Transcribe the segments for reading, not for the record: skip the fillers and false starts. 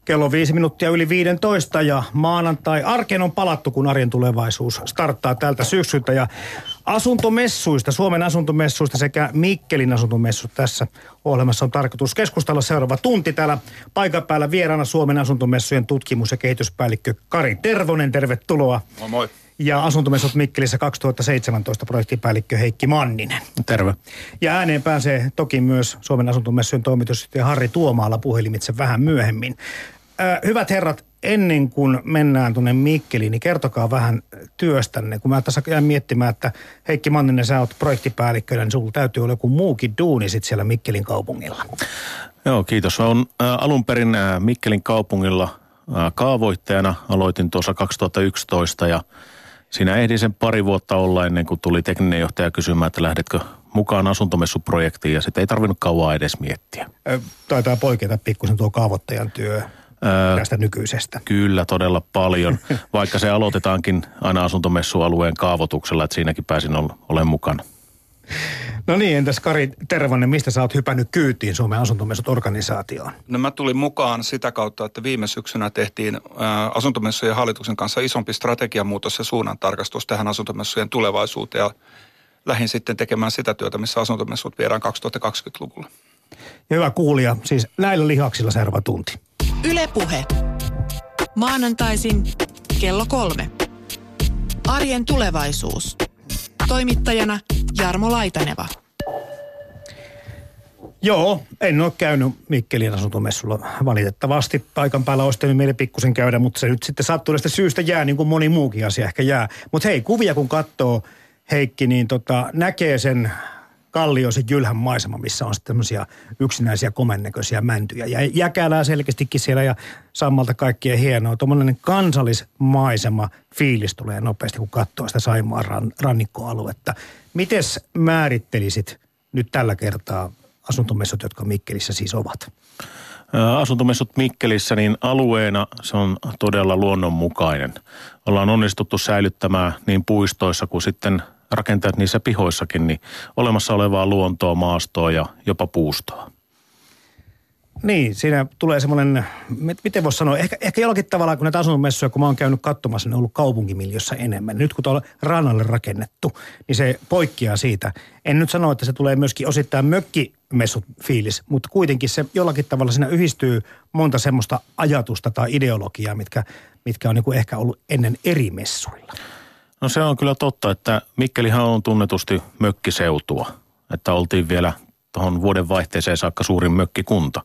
Kello 5 minuuttia yli 15 ja maanantai arkeen on palattu, kun arjen tulevaisuus starttaa tältä syksyltä. Ja asuntomessuista, Suomen asuntomessuista sekä Mikkelin asuntomessuista tässä ohjelmassa on tarkoitus keskustella seuraava tunti. Täällä paikan päällä vieraana Suomen asuntomessujen tutkimus- ja kehityspäällikkö Kari Tervonen. Tervetuloa. Moi moi. Ja asuntomessut Mikkelissä 2017 projektipäällikkö Heikki Manninen. Terve. Ja ääneen pääsee toki myös Suomen asuntomessujen toimitusjohtaja Harri Tuomaala puhelimitse vähän myöhemmin. Hyvät herrat, ennen kuin mennään tuonne Mikkeliin, niin kertokaa vähän työstänne. Kun mä tässä jäin miettimään, että Heikki Manninen, sä oot projektipäällikkönä, niin sulla täytyy olla joku muukin duuni sit siellä Mikkelin kaupungilla. Joo, kiitos. Olen alun perin Mikkelin kaupungilla kaavoittajana. Aloitin tuossa 2011 ja siinä ehdin sen pari vuotta olla ennen kuin tuli tekninen johtaja kysymään, että lähdetkö mukaan asuntomessuprojektiin, ja sitä ei tarvinnut kauan edes miettiä. Taitaa poiketa pikkusen tuo kaavoittajan työ tästä nykyisestä. Kyllä, todella paljon, vaikka se aloitetaankin aina asuntomessualueen kaavoituksella, että siinäkin pääsin olemaan mukana. No niin, entäs Kari Tervonen, mistä sä oot hypännyt kyytiin Suomen asuntomessut-organisaatioon? No mä tulin mukaan sitä kautta, että viime syksynä tehtiin asuntomessujen hallituksen kanssa isompi strategiamuutos ja suunnantarkastus tähän asuntomessujen tulevaisuuteen. Ja lähdin sitten tekemään sitä työtä, missä asuntomessut viedään 2020-luvulla. Ja hyvä kuulija, siis näillä lihaksilla seuraava tunti. Yle Puhe. Maanantaisin kello 3. Arjen tulevaisuus. Toimittajana Jarmo Laitaneva. Joo, en ole käynyt Mikkelin asuntomessulla valitettavasti. Paikan päällä olisi tehnyt meille pikkusen käydä, mutta se nyt sitten sattuneesta syystä jää, niin kuin moni muukin asia ehkä jää. Mutta hei, kuvia kun katsoo, Heikki, niin näkee sen kallioisen jylhän maisema, missä on sitten tämmöisiä yksinäisiä komennäköisiä mäntyjä. Ja jäkälää selkeästikin siellä ja sammalta kaikkien hienoa. Tuommoinen kansallismaisema fiilis tulee nopeasti, kun katsoo sitä Saimaan rannikkoaluetta. Mites määrittelisit nyt tällä kertaa asuntomessut, jotka Mikkelissä siis ovat? Asuntomessut Mikkelissä, niin alueena se on todella luonnonmukainen. Ollaan onnistuttu säilyttämään niin puistoissa kuin sitten rakentajat niissä pihoissakin, niin olemassa olevaa luontoa, maastoa ja jopa puustoa. Niin, siinä tulee semmoinen, miten voisi sanoa, ehkä jollakin tavalla, kun näitä asuntomessuja, kun mä oon käynyt katsomassa, ne on ollut kaupunkimiljössä enemmän. Nyt kun tuolla rannalle rakennettu, niin se poikkeaa siitä. En nyt sano, että se tulee myöskin osittain mökkimessut fiilis, mutta kuitenkin se jollakin tavalla siinä yhdistyy monta semmoista ajatusta tai ideologiaa, mitkä on niin kuin ehkä ollut ennen eri messuilla. No se on kyllä totta, että Mikkelihän on tunnetusti mökkiseutua, että oltiin vielä tuohon vuoden vaihteeseen saakka suurin mökkikunta.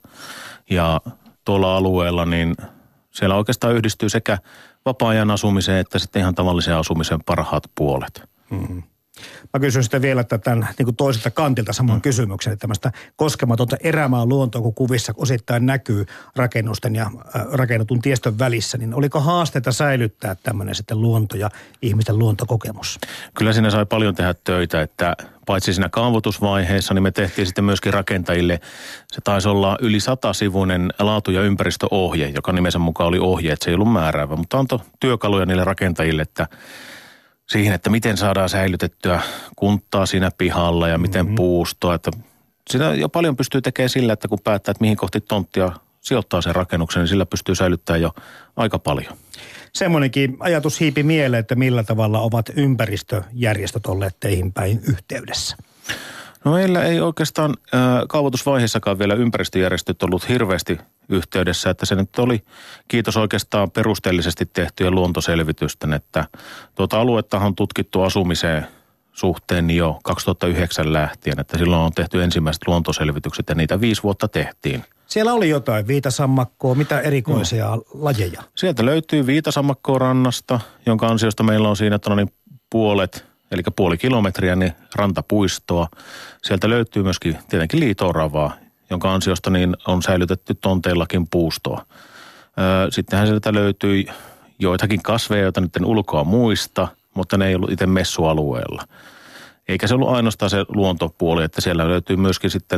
Ja tuolla alueella niin siellä oikeastaan yhdistyy sekä vapaa-ajan asumiseen että sitten ihan tavallisen asumisen parhaat puolet. Mm-hmm. Mä kysyn sitten vielä tämän niin kuin toiselta kantilta saman kysymyksen, että tämmöistä koskematonta erämaa luontoa, kun kuvissa osittain näkyy rakennusten ja rakennetun tiestön välissä, niin oliko haasteita säilyttää tämmöinen sitten luonto ja ihmisten luontokokemus? Kyllä siinä sai paljon tehdä töitä, että paitsi siinä kaavoitusvaiheessa, niin me tehtiin sitten myöskin rakentajille, se taisi olla yli 100-sivuinen laatu- ja ympäristöohje, joka nimensä mukaan oli ohje, että se ei ollut määräävä, mutta antoi työkaluja niille rakentajille, että siihen, että miten saadaan säilytettyä kunttaa siinä pihalla ja miten puustoa. Että sitä jo paljon pystyy tekemään sillä, että kun päättää, että mihin kohti tonttia sijoittaa sen rakennuksen, niin sillä pystyy säilyttämään jo aika paljon. Semmoinenkin ajatus hiipi mieleen, että millä tavalla ovat ympäristöjärjestöt olleet teihin päin yhteydessä. No meillä ei oikeastaan kaavoitusvaiheessakaan vielä ympäristöjärjestöt ollut hirveästi yhteydessä, että se nyt oli, kiitos oikeastaan perusteellisesti tehtyjen luontoselvitysten, että tuota aluettahan on tutkittu asumiseen suhteen jo 2009 lähtien, että silloin on tehty ensimmäiset luontoselvitykset ja niitä 5 vuotta tehtiin. Siellä oli jotain viitasammakkoa, mitä erikoisia lajeja? Sieltä löytyy viitasammakkoa rannasta, jonka ansiosta meillä on siinä puolet, eli puoli kilometriä, niin rantapuistoa. Sieltä löytyy myöskin tietenkin liito-oravaa, jonka ansiosta niin on säilytetty tonteillakin puustoa. Sittenhän sieltä löytyi joitakin kasveja, joita nyt en ulkoa muista, mutta ne ei ollut itse messualueella. Eikä se ollut ainoastaan se luontopuoli, että siellä löytyy myöskin sitten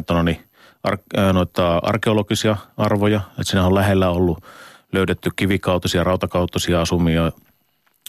noita arkeologisia arvoja, että siinä on lähellä ollut löydetty kivikautisia, rautakautisia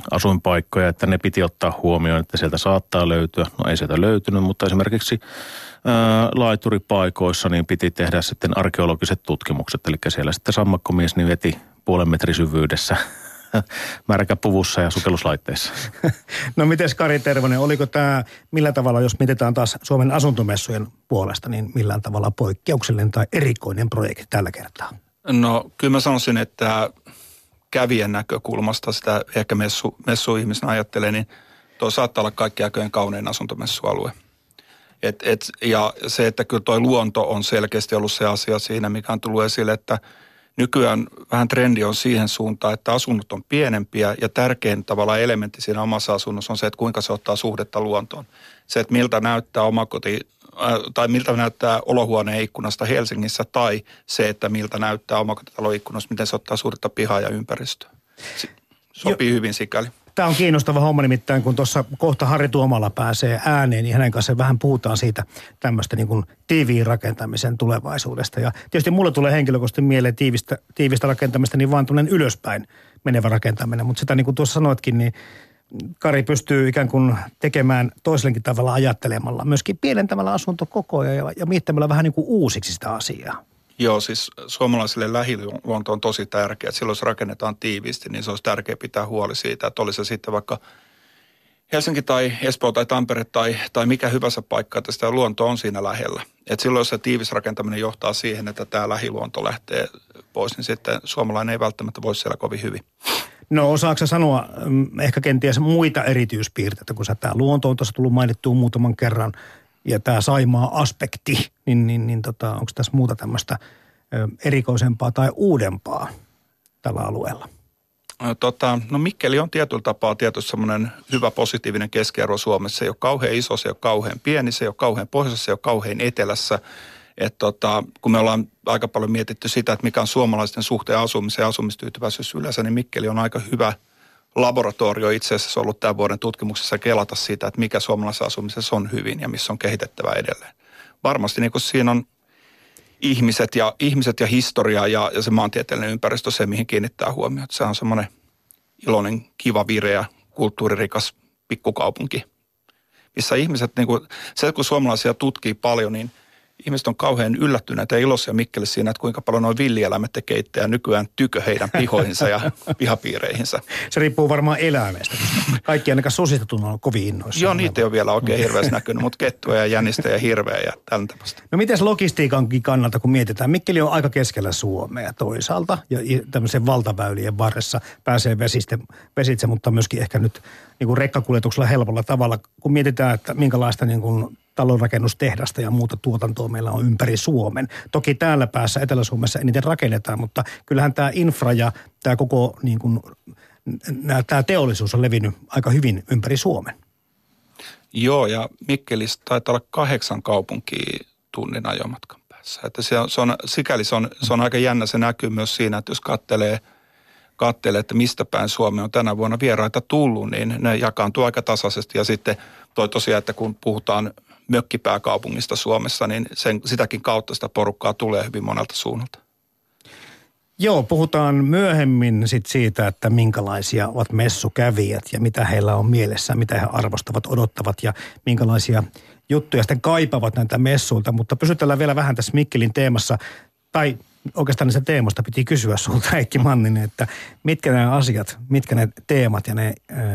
asuinpaikkoja, että ne piti ottaa huomioon, että sieltä saattaa löytyä. No ei sieltä löytynyt, mutta esimerkiksi laituripaikoissa, niin piti tehdä sitten arkeologiset tutkimukset. Eli siellä sitten sammakkomies niin veti 0,5 metrin syvyydessä märkäpuvussa ja sukelluslaitteissa. No mites Kari Tervonen, oliko tämä millä tavalla, jos mietitään taas Suomen asuntomessujen puolesta, niin millään tavalla poikkeuksellinen tai erikoinen projekti tällä kertaa? No kyllä mä sanoisin, että kävijän näkökulmasta sitä ehkä messuihmisenä ajattelee, niin tuo saattaa olla kaikki aikojen kaunein asuntomessualue. Ja se, että kyllä tuo luonto on selkeästi ollut se asia siinä, mikä on tullut esille, että nykyään vähän trendi on siihen suuntaan, että asunnot on pienempiä ja tärkein tavallaan elementti siinä omassa asunnossa on se, että kuinka se ottaa suhdetta luontoon. Se, että miltä näyttää tai miltä näyttää olohuoneen ikkunasta Helsingissä tai se, että miltä näyttää omakotitalon ikkunasta, miten se ottaa suhdetta pihaa ja ympäristöä. Sopii hyvin sikäli. Tämä on kiinnostava homma nimittäin, kun tuossa kohta Harri Tuomala pääsee ääneen, niin hänen kanssaan vähän puhutaan siitä tämmöistä niin kuin tiiviin rakentamisen tulevaisuudesta. Ja tietysti mulle tulee henkilökohtaisesti mieleen tiivistä rakentamista, niin vaan tuollainen ylöspäin menevä rakentaminen. Mutta sitä niin kuin tuossa sanoitkin, niin Kari pystyy ikään kuin tekemään toisellekin tavalla ajattelemalla, myöskin pienentämällä asuntokokoja ja miettimällä vähän niin kuin uusiksi sitä asiaa. Joo, siis suomalaisille lähiluonto on tosi tärkeä. Silloin jos rakennetaan tiiviisti, niin se olisi tärkeää pitää huoli siitä, että oli se sitten vaikka Helsinki tai Espoo tai Tampere tai mikä hyvänsä paikka, että sitä luonto on siinä lähellä. Et silloin jos se tiivis rakentaminen johtaa siihen, että tämä lähiluonto lähtee pois, niin sitten suomalainen ei välttämättä voi siellä kovin hyvin. No osaatko sanoa ehkä kenties muita erityispiirteitä, kun tämä luonto on tuossa tullut mainittua muutaman kerran, ja tämä Saimaa-aspekti, onko tässä muuta tämmöistä erikoisempaa tai uudempaa tällä alueella? No Mikkeli on tietyllä tapaa tietysti semmoinen hyvä positiivinen keskiarvo Suomessa. Se ei ole kauhean iso, se ei ole kauhean pieni, se ei ole kauhean pohjoisessa, se ei ole kauhean etelässä. Kun me ollaan aika paljon mietitty sitä, että mikä on suomalaisten suhteen asumiseen ja asumistyytyväisyys yleensä, niin Mikkeli on aika hyvä laboratorio itse asiassa ollut tämän vuoden tutkimuksessa kelata siitä, että mikä suomalaisessa asumisessa on hyvin ja missä on kehitettävä edelleen. Varmasti niin kun siinä on ihmiset ja historia ja se maantieteellinen ympäristö se, mihin kiinnittää huomiota. Se on semmoinen iloinen, kiva, vireä, kulttuuririkas pikkukaupunki, missä ihmiset, kun suomalaisia tutkii paljon, niin ihmiset on kauhean yllättyneitä ja iloisia Mikkelissä siinä, että kuinka paljon nuo villieläimet tekee itseään nykyään tykö heidän pihoihinsa ja pihapiireihinsä. Se riippuu varmaan eläimestä, koska kaikki ainakaan susista tuntuu kovin innoissaan. Joo, niitä ei ole vielä oikein hirveästi näkynyt, mutta kettua ja jänistä ja hirveä ja tällaista. No miten logistiikankin kannalta, kun mietitään? Mikkeli on aika keskellä Suomea toisaalta ja tämmöisen valtaväylien varressa pääsee vesitse, mutta myöskin ehkä nyt niin kuin rekkakuljetuksella helpolla tavalla, kun mietitään, että minkälaista niin kuin talonrakennustehdasta ja muuta tuotantoa meillä on ympäri Suomen. Toki täällä päässä Etelä-Suomessa eniten rakennetaan, mutta kyllähän tämä infra ja tämä koko niin kuin, tämä teollisuus on levinnyt aika hyvin ympäri Suomen. Joo, ja Mikkelistä taitaa olla 8 kaupunkia tunnin ajomatkan päässä. Että sikäli se on aika jännä, se näkyy myös siinä, että jos katselee, että mistä päin Suomi on tänä vuonna vieraita tullut, niin ne jakaantuu aika tasaisesti. Ja sitten tosiaan, että kun puhutaan mökkipääkaupungista Suomessa, niin sitäkin kautta sitä porukkaa tulee hyvin monelta suunnalta. Joo, puhutaan myöhemmin siitä, että minkälaisia ovat messukävijät ja mitä heillä on mielessä, mitä he arvostavat, odottavat ja minkälaisia juttuja sitten kaipavat näitä messuilta. Mutta pysytellään vielä vähän tässä Mikkelin teemassa, tai oikeastaan niistä teemoista piti kysyä sulta, Heikki Manninen, että mitkä nämä asiat, mitkä ne teemat ja ne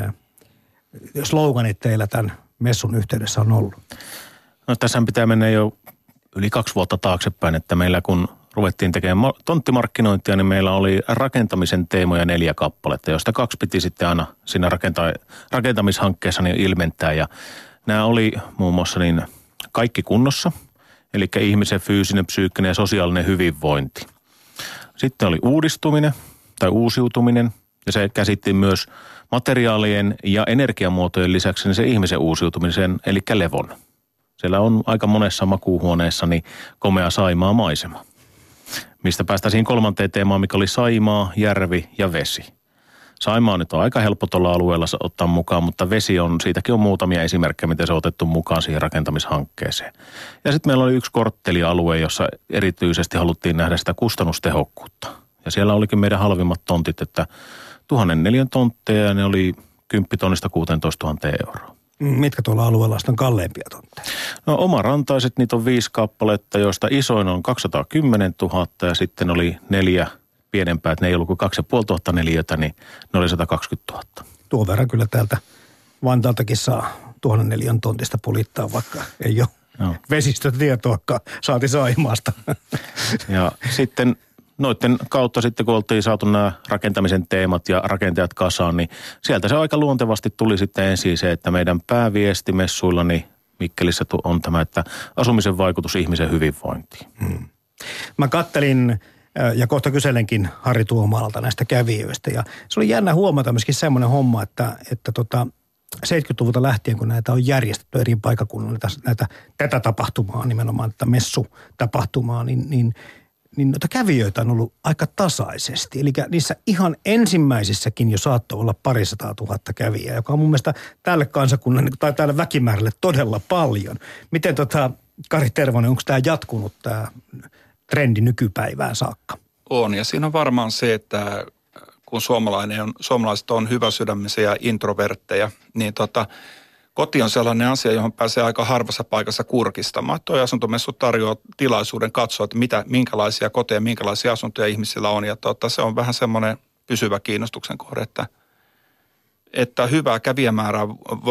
sloganit teillä tämän messun yhteydessä on ollut? No tässä pitää mennä jo yli 2 vuotta taaksepäin, että meillä kun ruvettiin tekemään tonttimarkkinointia, niin meillä oli rakentamisen teemoja 4 kappaletta, joista 2 piti sitten aina siinä rakentamishankkeessa niin ilmentää. Ja nämä oli muun muassa niin kaikki kunnossa, eli ihmisen fyysinen, psyykkinen ja sosiaalinen hyvinvointi. Sitten oli uudistuminen tai uusiutuminen, ja se käsitti myös materiaalien ja energiamuotojen lisäksi niin se ihmisen uusiutumisen, eli levon. Siellä on aika monessa makuuhuoneessa niin komea Saimaa maisema. Mistä päästäisiin 3. teemaan, mikä oli Saimaa, järvi ja vesi. Saimaa nyt on aika helppo tuolla alueella ottaa mukaan, mutta vesi on, siitäkin on muutamia esimerkkejä, miten se on otettu mukaan siihen rakentamishankkeeseen. Ja sitten meillä oli 1 korttelialue, jossa erityisesti haluttiin nähdä sitä kustannustehokkuutta. Ja siellä olikin meidän halvimmat tontit, että 1000 neliön tontteja ja ne oli 10 tonnista 16 000 euroa. Mitkä tuolla alueella on kalleimpia tontteja? No omarantaiset, niitä on 5 kappaletta, joista isoin on 210 000 ja sitten oli 4 pienempää, että ne ei ollut kuin 2500 neliötä, niin ne oli 120 000. Tuon verran kyllä täältä Vantaaltakin saa 1000 neliön tontista pulittaa, vaikka ei ole vesistötietoakaan, saati Saimaasta. Ja sitten noiden kautta sitten, kun oltiin saatu nämä rakentamisen teemat ja rakentajat kasaan, niin sieltä se aika luontevasti tuli sitten ensin se, että meidän pääviesti messuilla niin Mikkelissä on tämä, että asumisen vaikutus ihmisen hyvinvointiin. Mä kattelin ja kohta kyselenkin Harri Tuomaalalta näistä kävijöistä ja se oli jännä huomata myöskin semmoinen homma, että 70-luvulta lähtien, kun näitä on järjestetty eri paikakunnilla, tätä tapahtumaa, nimenomaan tätä messutapahtumaa, niin noita kävijöitä on ollut aika tasaisesti. Eli niissä ihan ensimmäisissäkin jo saattoi olla 200 000 kävijää, joka on mun mielestä tälle kansakunnan tai tälle väkimäärälle todella paljon. Miten Kari Tervonen, onko tämä jatkunut tämä trendi nykypäivään saakka? On, ja siinä on varmaan se, että kun suomalaiset on hyväsydämisiä ja introvertteja, niin koti on sellainen asia, johon pääsee aika harvassa paikassa kurkistamaan. Tuo asuntomessu tarjoaa tilaisuuden katsoa, että minkälaisia koteja, minkälaisia asuntoja ihmisillä on. Ja se on vähän semmoinen pysyvä kiinnostuksen kohde, että hyvää kävijämäärää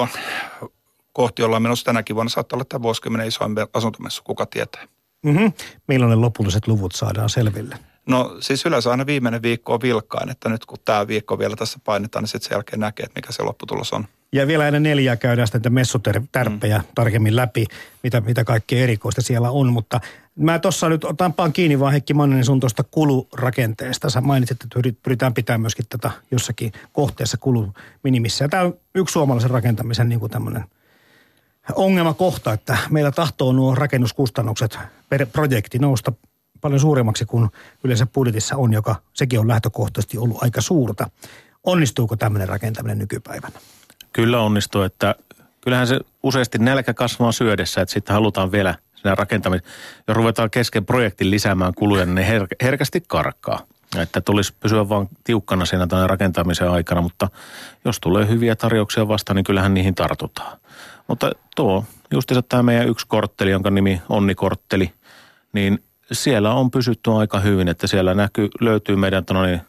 kohti ollaan menossa tänäkin vuonna. Saattaa olla tämä vuosikymmenen isoin asuntomessu, kuka tietää. Milloin ne lopulliset luvut saadaan selville? No siis yleensä aina viimeinen viikko on vilkkain, että nyt kun tämä viikko vielä tässä painetaan, niin sitten sen jälkeen näkee, että mikä se lopputulos on. Ja vielä ennen 4 käydään sitten messutärppejä tarkemmin läpi, mitä kaikkea erikoista siellä on. Mutta mä tuossa nyt otanpaan kiinni vaan Heikki Manninen sun tuosta kulurakenteesta. Sä mainitsit, että pyritään pitämään myöskin tätä jossakin kohteessa kuluminimissä. Ja tämä on yksi suomalaisen rakentamisen niin kuin tämmöinen ongelmakohta, että meillä tahtoo nuo rakennuskustannukset per projekti nousta paljon suuremmaksi kuin yleensä budjetissa on, joka sekin on lähtökohtaisesti ollut aika suurta. Onnistuuko tämmöinen rakentaminen nykypäivänä? Kyllä onnistuu, että kyllähän se useasti nälkä kasvaa syödessä, että sitten halutaan vielä siinä rakentamista. Jos ruvetaan kesken projektin lisäämään kuluja, niin ne herkästi karkaa. Että tulisi pysyä vaan tiukkana siinä tämän rakentamisen aikana, mutta jos tulee hyviä tarjouksia vastaan, niin kyllähän niihin tartutaan. Mutta justiinsa tämä meidän yksi kortteli, jonka nimi Onni-kortteli, niin siellä on pysytty aika hyvin, että siellä löytyy meidän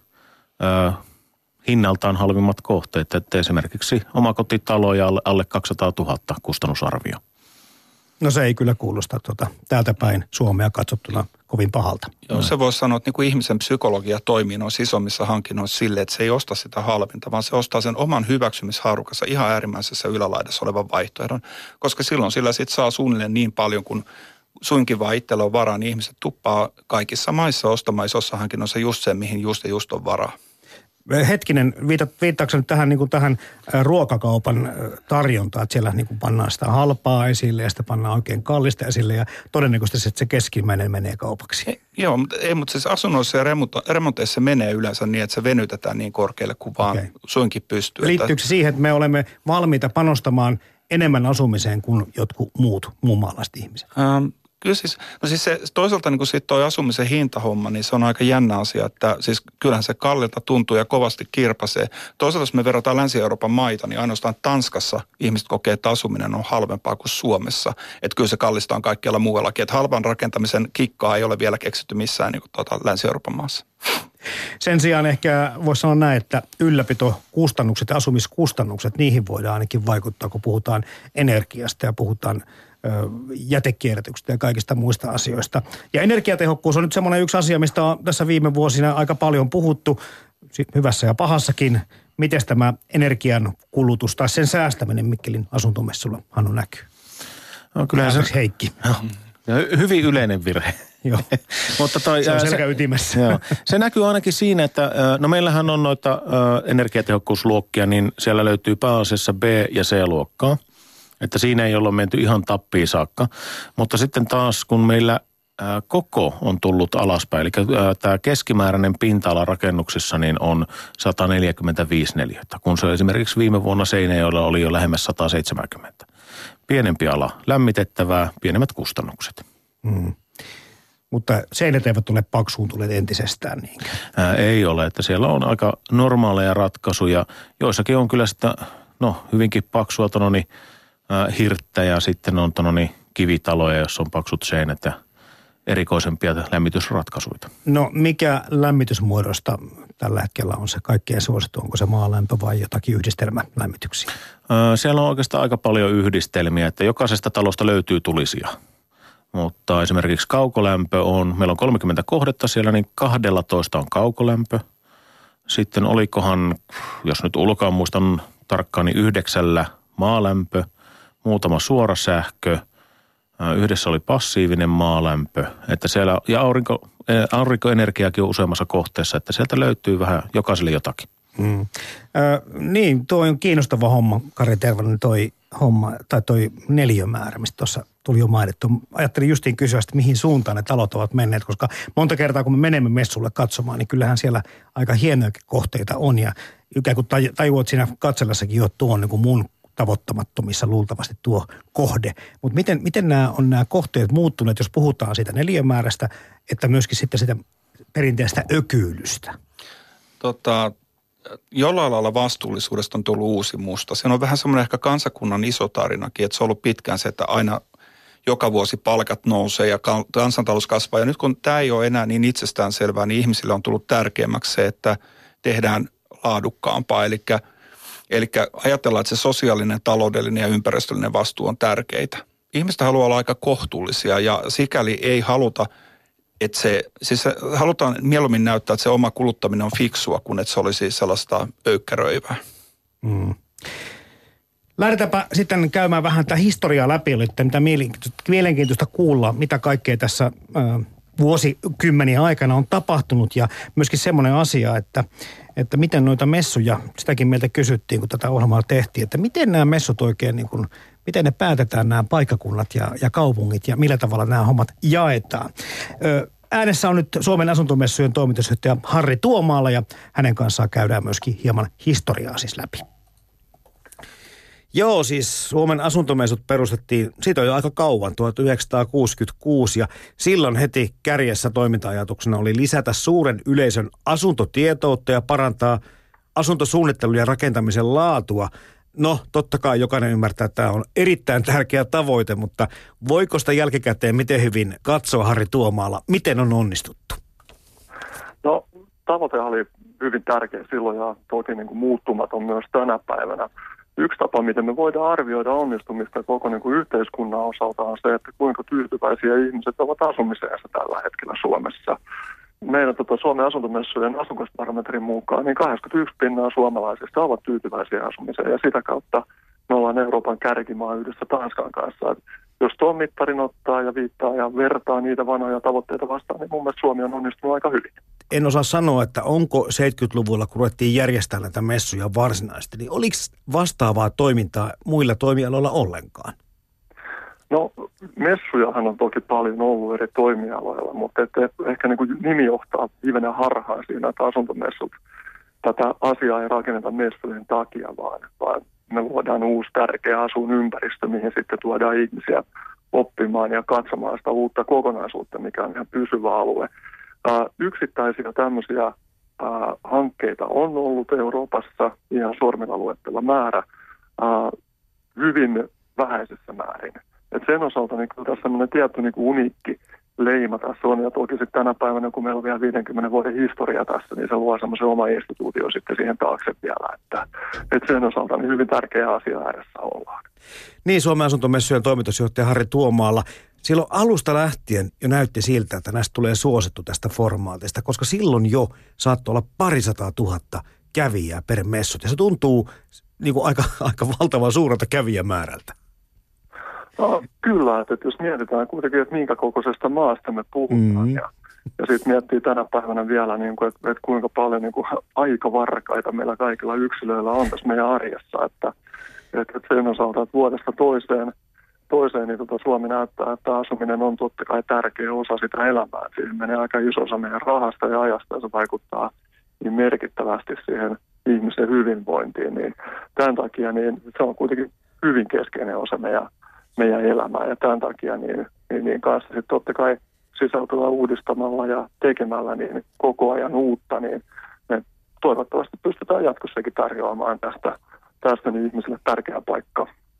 hinnaltaan halvimmat kohteet, että esimerkiksi omakotitaloja alle 200 000 kustannusarvio. No se ei kyllä kuulosta täältä päin Suomea katsottuna kovin pahalta. Joo, se voisi sanoa, että niin kuin ihmisen psykologia toimii noissa isommissa hankinnoissa silleen, että se ei osta sitä halvinta, vaan se ostaa sen oman hyväksymishaarukassa ihan äärimmäisessä ylälaidassa olevan vaihtoehdon, koska silloin sillä sitten saa suunnilleen niin paljon kuin suinkin vaan itsellä on varaa, niin ihmiset tuppaa kaikissa maissa ostamaan isossa hankinnoissa just sen, mihin just on varaa. Hetkinen, viittaako nyt tähän ruokakaupan tarjontaan, että siellä niin kuin pannaan sitä halpaa esille ja sitä pannaan oikein kallista esille ja todennäköisesti se keskimmäinen menee kaupaksi. Joo, mutta siis asunnoissa ja remonteissa menee yleensä niin, että se venytetään niin korkealle kuin vaan suinkin pystyy. Liittyykö siihen, että me olemme valmiita panostamaan enemmän asumiseen kuin jotkut muun maalaiset ihmiset? Kyllä siis se toisaalta niin kun sitten toi asumisen hintahomma, niin se on aika jännä asia, että siis kyllähän se kallilta tuntuu ja kovasti kirpasee. Toisaalta jos me verrataan Länsi-Euroopan maita, niin ainoastaan Tanskassa ihmiset kokee, että asuminen on halvempaa kuin Suomessa. Että kyllä se kallista on kaikkialla muuallakin, että halvan rakentamisen kikkaa ei ole vielä keksitty missään niin kuin Länsi-Euroopan maassa. Sen sijaan ehkä voisi sanoa näin, että ylläpitokustannukset ja asumiskustannukset, niihin voidaan ainakin vaikuttaa, kun puhutaan energiasta ja puhutaan jätekierrätyksestä ja kaikista muista asioista. Ja energiatehokkuus on nyt semmoinen yksi asia, mistä on tässä viime vuosina aika paljon puhuttu, hyvässä ja pahassakin. Miten tämä energian kulutus tai sen säästäminen Mikkelin asuntomessulla, Hannu, näkyy? No, kyllähän se Heikki. Hyvin yleinen virhe. Joo. Mutta se on selkäytimessä. Joo. Se näkyy ainakin siinä, että no meillähän on noita energiatehokkuusluokkia, niin siellä löytyy pääasiassa B- ja C-luokkaa. Että siinä ei olla menty ihan tappiin saakka. Mutta sitten taas, kun meillä koko on tullut alaspäin, eli tämä keskimääräinen pinta-ala rakennuksissa niin on 145 neliötä, kun se esimerkiksi viime vuonna Seinäjoella oli jo lähemmäs 170. Pienempi ala lämmitettävää, pienemmät kustannukset. Mutta seinät eivät ole paksuuntuneet entisestään niinkään. Ei ole, että siellä on aika normaaleja ratkaisuja. Joissakin on kyllä sitä, hyvinkin paksua hirttä ja sitten on kivitaloja, jossa on paksut seinät ja erikoisempia lämmitysratkaisuja. No mikä lämmitysmuodosta tällä hetkellä on se kaikkein suosittu? Onko se maalämpö vai jotakin yhdistelmälämmityksiä? Siellä on oikeastaan aika paljon yhdistelmiä, että jokaisesta talosta löytyy tulisia. Mutta esimerkiksi kaukolämpö meillä on 30 kohdetta siellä, niin 12 on kaukolämpö. Sitten olikohan, jos nyt ulkoa muistan tarkkaan, niin 9 maalämpö, muutama suorasähkö, yhdessä oli passiivinen maalämpö, että siellä, ja aurinkoenergiakin on useammassa kohteessa, että sieltä löytyy vähän jokaiselle jotakin. Niin, tuo on kiinnostava homma, Kari Tervanen, toi neliömäärä, mistä tuossa tuli jo mainittu. Ajattelin justiin kysyä, että mihin suuntaan ne talot ovat menneet, koska monta kertaa kun me menemme messulle katsomaan, niin kyllähän siellä aika hienojakin kohteita on ja ikään kuin tajuat siinä katsellessakin jo, tuo on niin kuin mun tavoittamattomissa luultavasti tuo kohde. Mutta miten nämä kohteet muuttuneet, jos puhutaan siitä neliömäärästä, että myöskin sitten sitä perinteistä ökyylystä? Jollain lailla vastuullisuudesta on tullut uusi musta. Se on vähän semmoinen ehkä kansakunnan iso tarinakin, että se on ollut pitkään se, että aina joka vuosi palkat nousee ja kansantalous kasvaa. Ja nyt kun tämä ei ole enää niin itsestäänselvää, niin ihmisille on tullut tärkeämmäksi se, että tehdään laadukkaampaa. Eli ajatellaan, että se sosiaalinen, taloudellinen ja ympäristöllinen vastuu on tärkeitä. Ihmiset haluaa olla aika kohtuullisia ja sikäli ei haluta, että halutaan mieluummin näyttää, että se oma kuluttaminen on fiksua, kun että se olisi sellaista öykkäröivää. Lähdetäänpä sitten käymään vähän tätä historiaa läpi, että mitä mielenkiintoista kuulla, mitä kaikkea tässä vuosikymmeniä aikana on tapahtunut ja myöskin semmoinen asia, että miten noita messuja, sitäkin meiltä kysyttiin, kun tätä ohjelmaa tehtiin, että miten nämä messut oikein, niin kuin, miten ne päätetään nämä paikkakunnat ja kaupungit ja millä tavalla nämä hommat jaetaan. Äänessä on nyt Suomen asuntomessujen toimitusjohtaja Harri Tuomaala ja hänen kanssaan käydään myöskin hieman historiaa siis läpi. Joo, siis Suomen asuntomessut perustettiin, siitä on jo aika kauan, 1966, ja silloin heti kärjessä toiminta-ajatuksena oli lisätä suuren yleisön asuntotietoutta ja parantaa asuntosuunnittelun ja rakentamisen laatua. No, totta kai jokainen ymmärtää, että tämä on erittäin tärkeä tavoite, mutta voiko sitä jälkikäteen miten hyvin katsoa, Harri Tuomaala, miten on onnistuttu? No, tavoite oli hyvin tärkeä silloin ja toki niin kuin muuttumaton myös tänä päivänä. Yksi tapa, miten me voidaan arvioida onnistumista koko niin kuin yhteiskunnan osalta on se, että kuinka tyytyväisiä ihmiset ovat asumiseensa tällä hetkellä Suomessa. Meidän Suomen asuntomessujen asukasparametrin mukaan niin 81% suomalaisista ovat tyytyväisiä asumiseen ja sitä kautta me ollaan Euroopan kärkimaa yhdessä Tanskan kanssa. Et jos tuon mittarin ottaa ja viittaa ja vertaa niitä vanhoja tavoitteita vastaan, niin mun mielestä Suomi on onnistunut aika hyvin. En osaa sanoa, että onko 70-luvulla, kun ruvettiin järjestämään näitä messuja varsinaisesti, niin oliko vastaavaa toimintaa muilla toimialoilla ollenkaan? No, messujahan on toki paljon ollut eri toimialoilla, mutta ehkä niin kuin nimi johtaa hivenen harhaan siinä, että asuntomessut tätä asiaa ei rakenneta messujen takia, vaan me luodaan uusi tärkeä asuinympäristö, mihin sitten tuodaan ihmisiä oppimaan ja katsomaan sitä uutta kokonaisuutta, mikä on ihan pysyvä alue. Yksittäisiä tämmöisiä hankkeita on ollut Euroopassa ihan sormilla luettava määrä hyvin vähäisessä määrin. Et sen osalta niin tässä semmoinen tietty niin uniikki leima tässä on, ja toki sitten tänä päivänä, kun meillä on vielä 50 vuoden historia tässä, niin se luo semmoisen oma instituutio sitten siihen taakse vielä, että sen osalta niin hyvin tärkeä asia ääressä ollaan. Niin, Suomen asuntomessujen toimitusjohtaja Harri Tuomaala, silloin alusta lähtien jo näytti siltä, että näistä tulee suosittu tästä formaatista, koska silloin jo saattoi olla 200 000 kävijää per messut, ja se tuntuu niin kuin aika valtavan suurelta kävijämäärältä. No, kyllä, että jos mietitään kuitenkin, että minkä kokoisesta maasta me puhutaan ja sitten miettii tänä päivänä vielä, niin kuin, että kuinka paljon niin kuin aikavarkaita meillä kaikilla yksilöillä on tässä meidän arjessa, että sen osalta, että vuodesta toiseen niin Suomi näyttää, että asuminen on totta kai tärkeä osa sitä elämää. Siihen menee aika iso osa meidän rahasta ja ajasta ja se vaikuttaa niin merkittävästi siihen ihmisen hyvinvointiin. Niin tämän takia niin se on kuitenkin hyvin keskeinen osa meidän elämää ja tämän takia niin kanssa sitten totta kai sisältöä uudistamalla ja tekemällä niin koko ajan uutta, niin me toivottavasti pystytään jatkossakin tarjoamaan tästä niin ihmisille tärkeä paikka viedä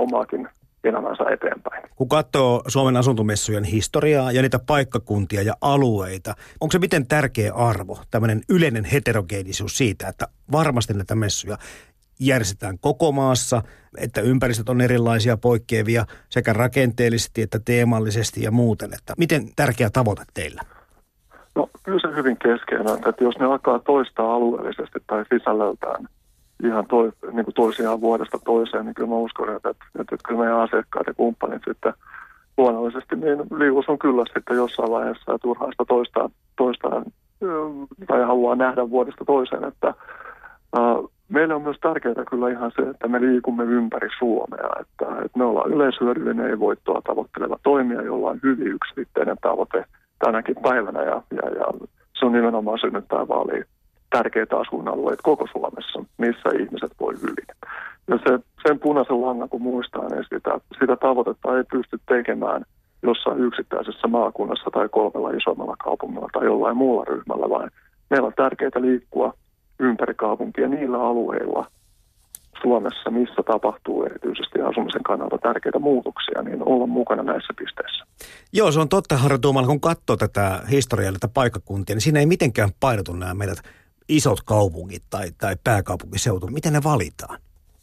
omaakin elämänsä eteenpäin. Kun katsoo Suomen asuntomessujen historiaa ja niitä paikkakuntia ja alueita, onko se miten tärkeä arvo, tämmöinen yleinen heterogeenisuus siitä, että varmasti näitä messuja järjestetään koko maassa, että ympäristöt on erilaisia, poikkeavia sekä rakenteellisesti että teemallisesti ja muuten. Että miten tärkeä tavoite teillä? No kyllä se hyvin keskeinen, että jos ne alkaa toistaa alueellisesti tai sisällöltään ihan niin kuin toisiaan vuodesta toiseen, niin kyllä mä uskon, että kyllä meidän asiakkaat ja kumppanit sitten luonnollisesti niin liuus on kyllä sitten jossain vaiheessa ja turhaa sitä toistaan tai haluaa nähdä vuodesta toiseen, että meille on myös tärkeää kyllä ihan se, että me liikumme ympäri Suomea, että me ollaan yleishyödyllinen ei voittoa tavoitteleva toimija, jolla on hyvin yksiselitteinen tavoite tänäkin päivänä ja se on nimenomaan synnyttää vaalia tärkeitä asuinalueita koko Suomessa, missä ihmiset voi hyvin. Ja sen punaisen langan, kun muistaa, niin sitä tavoitetta ei pysty tekemään jossain yksittäisessä maakunnassa tai 3 isommalla kaupungilla tai jollain muulla ryhmällä, vaan meillä on tärkeää liikkua ympäri kaupunkia niillä alueilla Suomessa, missä tapahtuu erityisesti asumisen kannalta tärkeitä muutoksia, niin olla mukana näissä pisteissä. Joo, se on totta, Harri Tuomala, kun katsoo tätä historiallista paikkakuntia, niin siinä ei mitenkään painotu nämä meidät isot kaupungit tai pääkaupunkiseutu. Miten ne valitaan?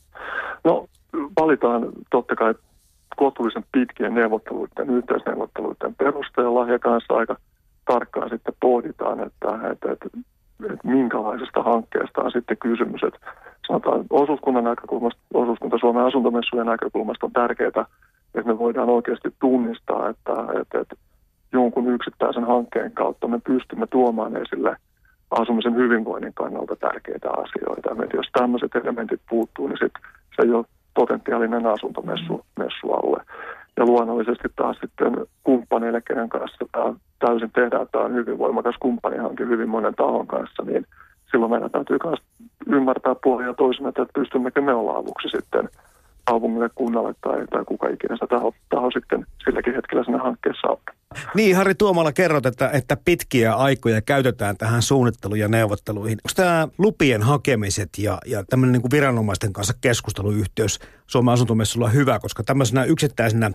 No, valitaan totta kai kohtuullisen pitkien yhteisneuvotteluiden perusteella ja kanssa aika tarkkaan sitten pohditaan, että minkälaisesta hankkeesta on sitten kysymys. Että sanotaan osuuskunnan näkökulmasta, osuuskunta Suomen asuntomessujen näkökulmasta on tärkeää, että me voidaan oikeasti tunnistaa, että jonkun yksittäisen hankkeen kautta me pystymme tuomaan esille asumisen hyvinvoinnin kannalta tärkeitä asioita. Että jos tämmöiset elementit puuttuu, niin sit se ei ole potentiaalinen asuntomessualue. Ja luonnollisesti taas sitten kumppaneille, kenen kanssa tämä täysin tehdään, että tämä on hyvin voimakas kumppanihanke hyvin monen tahon kanssa, niin silloin meidän täytyy myös ymmärtää puolin ja toisin, että pystymmekö me olla avuksi sitten kaupungille, kunnalle tai kuka ikinä se taho sitten silläkin hetkellä siinä hankkeessa on. Niin, Harri Tuomala, kerrot, että pitkiä aikoja käytetään tähän suunnitteluun ja neuvotteluihin. Onko tämä lupien hakemiset ja tämmöinen niin kuin viranomaisten kanssa keskusteluyhteys Suomen asuntomessulla hyvä, koska tämmöisenä yksittäisenä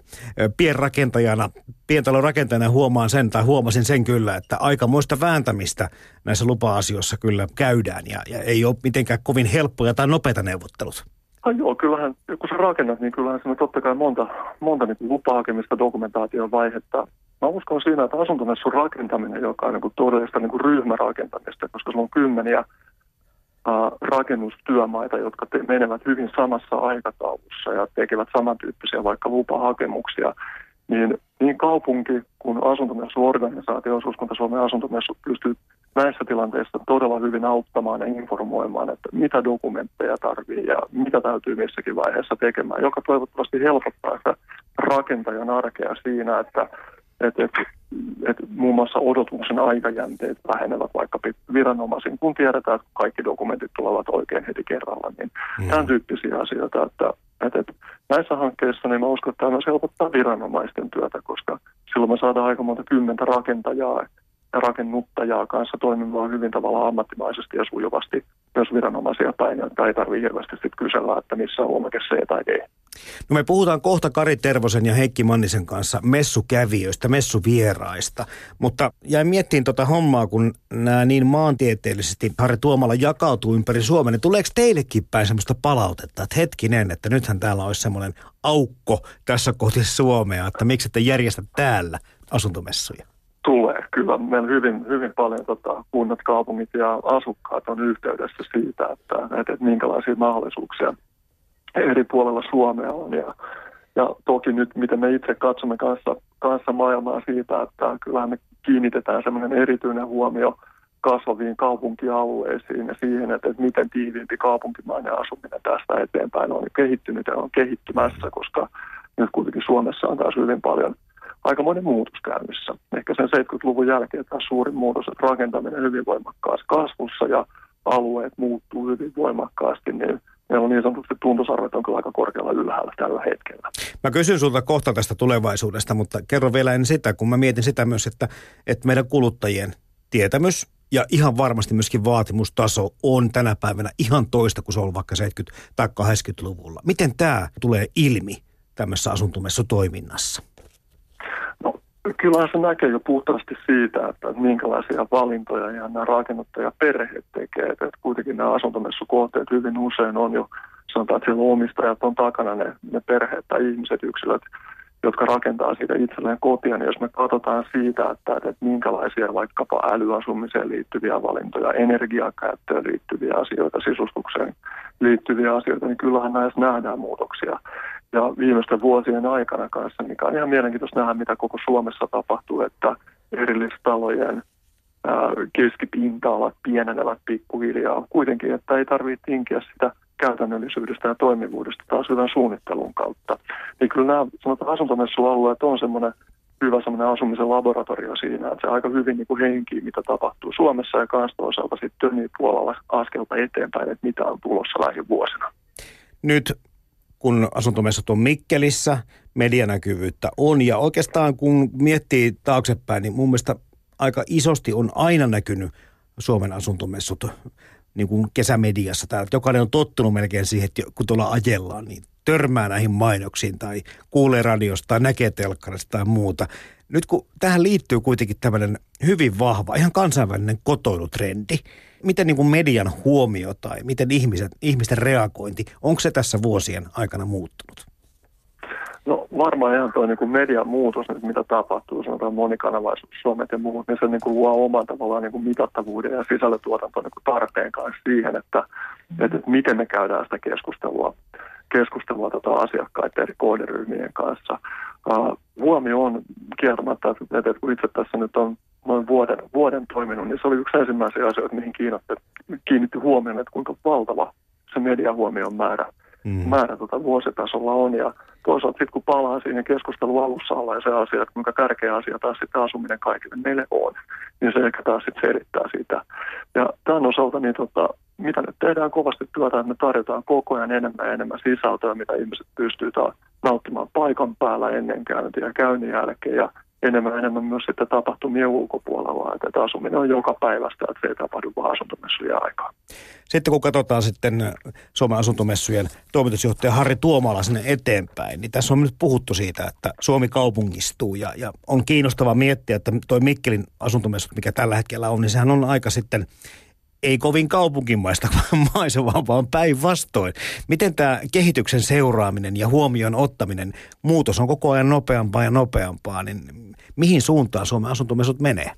pientalon rakentajana huomasin sen kyllä, että aikamoista vääntämistä näissä lupa-asioissa kyllä käydään ja ei ole mitenkään kovin helppoja tai nopeita neuvottelut. Joo, kyllähän, kun sä rakennat, niin kyllähän siinä on totta kai monta niin kuin lupahakemista, dokumentaation vaihetta. Mä uskon siinä, että asuntomessun rakentaminen, joka on niin kuin todellista niin kuin ryhmärakentamista, koska sulla on 10 rakennustyömaita, jotka menevät hyvin samassa aikataulussa ja tekevät samantyyppisiä vaikka lupahakemuksia, niin kaupunki kuin asuntomessuorganisaatio, osuuskunta Suomen asuntomessut pystyy näissä tilanteissa todella hyvin auttamaan ja informoimaan, että mitä dokumentteja tarvii ja mitä täytyy missäkin vaiheessa tekemään, joka toivottavasti helpottaa sitä rakentajan arkea siinä, että muun muassa odotuksen aikajänteet vähenevät vaikka viranomaisiin, kun tiedetään, että kaikki dokumentit tulevat oikein heti kerralla, niin tämän tyyppisiä asioita, että näissä hankkeissa niin mä uskon, että tämä myös helpottaa viranomaisten työtä, koska silloin me saadaan aika monta 10 rakentajaa ja rakennuttajaa kanssa toimimaan hyvin tavalla ammattimaisesti ja sujuvasti myös viranomaisia päin, että ei tarvitse hirveästi sitten kysellä, että missä on huomake C tai D. No me puhutaan kohta Kari Tervosen ja Heikki Mannisen kanssa messukävijöistä, messuvieraista, mutta jäin miettimään tota hommaa, kun nämä niin maantieteellisesti Harri Tuomala jakautuu ympäri Suomen, niin tuleeko teillekin päin semmoista palautetta, että hetkinen, että nythän täällä olisi semmoinen aukko tässä kohdassa Suomea, että miksi ette järjestä täällä asuntomessuja? Tulee. Kyllä meillä hyvin paljon kunnat, kaupungit ja asukkaat on yhteydessä siitä, että minkälaisia mahdollisuuksia eri puolella Suomea on. Ja toki nyt, miten me itse katsomme kanssa maailmaa siitä, että kyllähän me kiinnitetään semmoinen erityinen huomio kasvaviin kaupunkialueisiin ja siihen, että miten tiiviimpi kaupunkimainen asuminen tästä eteenpäin on kehittynyt ja on kehittymässä, koska nyt kuitenkin Suomessa on taas hyvin paljon aikamoinen muutos käynnissä. Ehkä sen 70-luvun jälkeen taas suurin muutos, että rakentaminen hyvin voimakkaassa kasvussa ja alueet muuttuu hyvin voimakkaasti, niin meillä on niin sanotusti tuntosarvet on kyllä aika korkealla ylhäällä tällä hetkellä. Mä kysyn sulta kohta tästä tulevaisuudesta, mutta kerro vielä ennen sitä, kun mä mietin sitä myös, että meidän kuluttajien tietämys ja ihan varmasti myöskin vaatimustaso on tänä päivänä ihan toista kuin se on vaikka 70- tai 80-luvulla. Miten tämä tulee ilmi tämmöisessä asuntomessutoiminnassa? No, kyllähän se näkee jo puhtaasti siitä, että minkälaisia valintoja ihan nämä rakennuttajaperheet tekee. Että kuitenkin nämä asuntomessukohteet hyvin usein on jo, sanotaan, että siellä omistajat on takana ne perheet tai ihmiset, yksilöt, jotka rakentaa siitä itselleen kotia, niin jos me katsotaan siitä, että minkälaisia vaikkapa älyasumiseen liittyviä valintoja, energiakäyttöön liittyviä asioita, sisustukseen liittyviä asioita, niin kyllähän näissä nähdään muutoksia. Ja viimeisten vuosien aikana kanssa, mikä on ihan mielenkiintoista nähdä, mitä koko Suomessa tapahtuu, että erillistalojen keskipinta-alat pienenevät pikkuhiljaa. Kuitenkin, että ei tarvitse tinkiä sitä käytännöllisyydestä ja toimivuudesta taas hyvän suunnittelun kautta. Niin kyllä nämä asuntomessualueet on semmoinen hyvä semmoinen asumisen laboratorio siinä, että se aika hyvin niin kuin henkii, mitä tapahtuu Suomessa ja kanssa toisaalta sitten puolella askelta eteenpäin, että mitä on tulossa lähivuosina. Nyt kun asuntomessut on Mikkelissä, medianäkyvyyttä on ja oikeastaan kun miettii taaksepäin, niin mun mielestä aika isosti on aina näkynyt Suomen asuntomessut niin kuin kesämediassa. Täällä jokainen on tottunut melkein siihen, että kun tuolla ajellaan, niin törmää näihin mainoksiin tai kuulee radiosta tai näkee telkkarista tai muuta. Nyt kun tähän liittyy kuitenkin tämmöinen hyvin vahva, ihan kansainvälinen kotoilutrendi, miten niin kuin median huomio tai miten ihmisten reagointi, onko se tässä vuosien aikana muuttunut? No varmaan ihan tuo niin kuin median muutos, nyt mitä tapahtuu, sanotaan monikanavaisuus, somet ja muut, niin se niin kuin luo oman tavallaan niin kuin mitattavuuden ja sisällötuotantoon niin kuin tarpeen kanssa siihen, että miten me käydään sitä keskustelua asiakkaiden eri kohderyhmien kanssa. Huomio on kieltämättä, että kun itse tässä nyt on noin vuoden toiminut, niin se oli yksi ensimmäisiä asioita, mihin kiinnitti huomioon, että kuinka valtava se mediahuomion määrä vuositasolla on. Ja toisaalta sitten kun palaa siihen keskustelun alussa ollaan se asia, että kuinka tärkeä asia taas sitten asuminen kaikille meille on, niin se ehkä taas sitten selittää sitä. Ja tämän osalta, niin mitä nyt tehdään kovasti työtä, että me tarjotaan koko ajan enemmän sisältöä, mitä ihmiset pystyy nauttimaan paikan päällä ennen käyntiä ja käynnin jälkeen ja enemmän myös sitten tapahtumien ulkopuolella, että asuminen on joka päivästä, että se ei tapahdu vaan asuntomessujen aikaa. Sitten kun katsotaan sitten Suomen asuntomessujen toimitusjohtaja Harri Tuomala sinne eteenpäin, niin tässä on nyt puhuttu siitä, että Suomi kaupungistuu ja on kiinnostava miettiä, että toi Mikkelin asuntomessut, mikä tällä hetkellä on, niin sehän on aika sitten ei kovin kaupunkimaista vaan päinvastoin. Miten tämä kehityksen seuraaminen ja huomioon ottaminen, muutos on koko ajan nopeampaa, niin mihin suuntaan Suomen asuntomessut menee?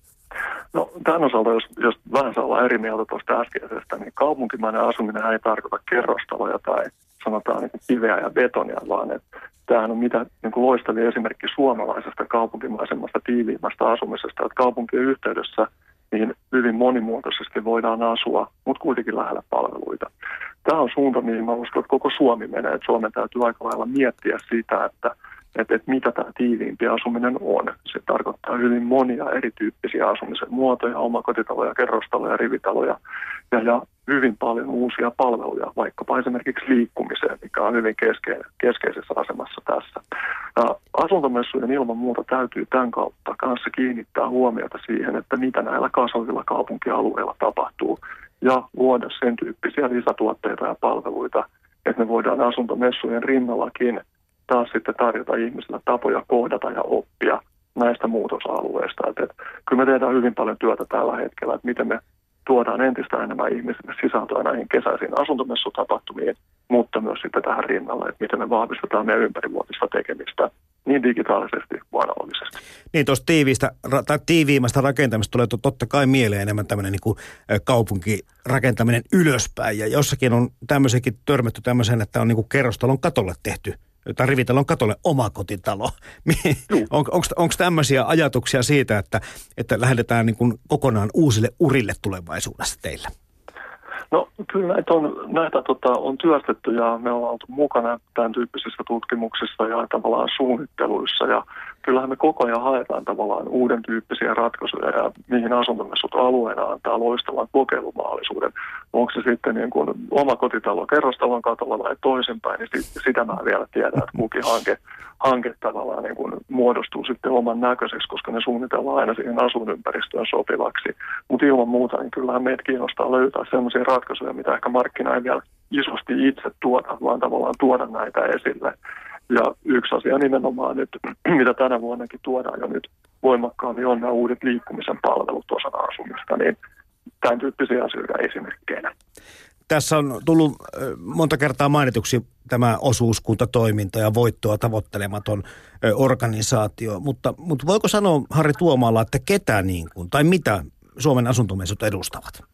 No tämän osalta, jos vähän saa olla eri mieltä tuosta äskeisestä, niin kaupunkimainen asuminen ei tarkoita kerrostaloja tai sanotaan niin kiveä ja betonia, vaan että tämähän on mitä niin kuin loistavia esimerkki suomalaisesta kaupunkimaisemmasta tiiviimmästä asumisesta, että kaupunkien yhteydessä niin hyvin monimuotoisesti voidaan asua, mutta kuitenkin lähellä palveluita. Tämä on suunta, mihin mä uskon, että koko Suomi menee. Että Suomen täytyy aika lailla miettiä sitä, että mitä tämä tiiviimpi asuminen on. Se tarkoittaa hyvin monia erityyppisiä asumisen muotoja, omakotitaloja, kerrostaloja, rivitaloja ja hyvin paljon uusia palveluja, vaikkapa esimerkiksi liikkumiseen, mikä on hyvin keskeisessä asemassa tässä. Asuntomessujen ilman muuta täytyy tämän kautta kanssa kiinnittää huomiota siihen, että mitä näillä kasvavilla kaupunkialueilla tapahtuu ja luoda sen tyyppisiä lisätuotteita ja palveluita, että me voidaan asuntomessujen rinnallakin taas sitten tarjota ihmisille tapoja kohdata ja oppia näistä muutosalueista. Että kyllä me tehdään hyvin paljon työtä tällä hetkellä, että miten me tuodaan entistä enemmän ihmisille sisältöä näihin kesäisiin asuntomessutapahtumiin, mutta myös sitten tähän rinnalle, että miten me vahvistetaan meidän ympärivuotista tekemistä niin digitaalisesti kuin analogisesti. Niin tuosta tiiviimmästä rakentamista tulee totta kai mieleen enemmän tämmöinen niin kuin kaupunkirakentaminen ylöspäin. Ja jossakin on tämmöisenkin törmätty tämmöisen, että on niin kuin kerrostalon katolle tehty tai rivitalon katolle omakotitalo. Onko tämmöisiä ajatuksia siitä, että lähdetään niin kuin kokonaan uusille urille tulevaisuudessa teillä? No kyllä näitä on työstetty ja me ollaan oltu mukana tämän tyyppisissä tutkimuksissa ja tavallaan suunnitteluissa ja kyllähän me koko ajan haetaan tavallaan uuden tyyppisiä ratkaisuja ja mihin asuntomessut alueena antaa loistavan kokeilumahdollisuuden. Onko se sitten niin kuin oma kotitalo kerrostalon katolla vai toisinpäin, niin sitä mä vielä tiedän, että kukin hanke tavallaan niin kuin muodostuu sitten oman näköiseksi, koska ne suunnitellaan aina siihen asuinympäristöön sopivaksi. Mutta ilman muuta, niin kyllähän meitä kiinnostaa löytää sellaisia ratkaisuja, mitä ehkä markkina ei vielä isosti itse tuoda, vaan tavallaan tuoda näitä esille. Ja yksi asia nimenomaan nyt, mitä tänä vuonnakin tuodaan jo nyt voimakkaammin, on nämä uudet liikkumisen palvelut osana asumista, niin tämän tyyppisiä asioita esimerkkeinä. Tässä on tullut monta kertaa mainituksi tämä osuuskuntatoiminta ja voittoa tavoittelematon organisaatio, mutta voiko sanoa Harri Tuomaala, että ketä niin kuin, tai mitä Suomen asuntomessut edustavat?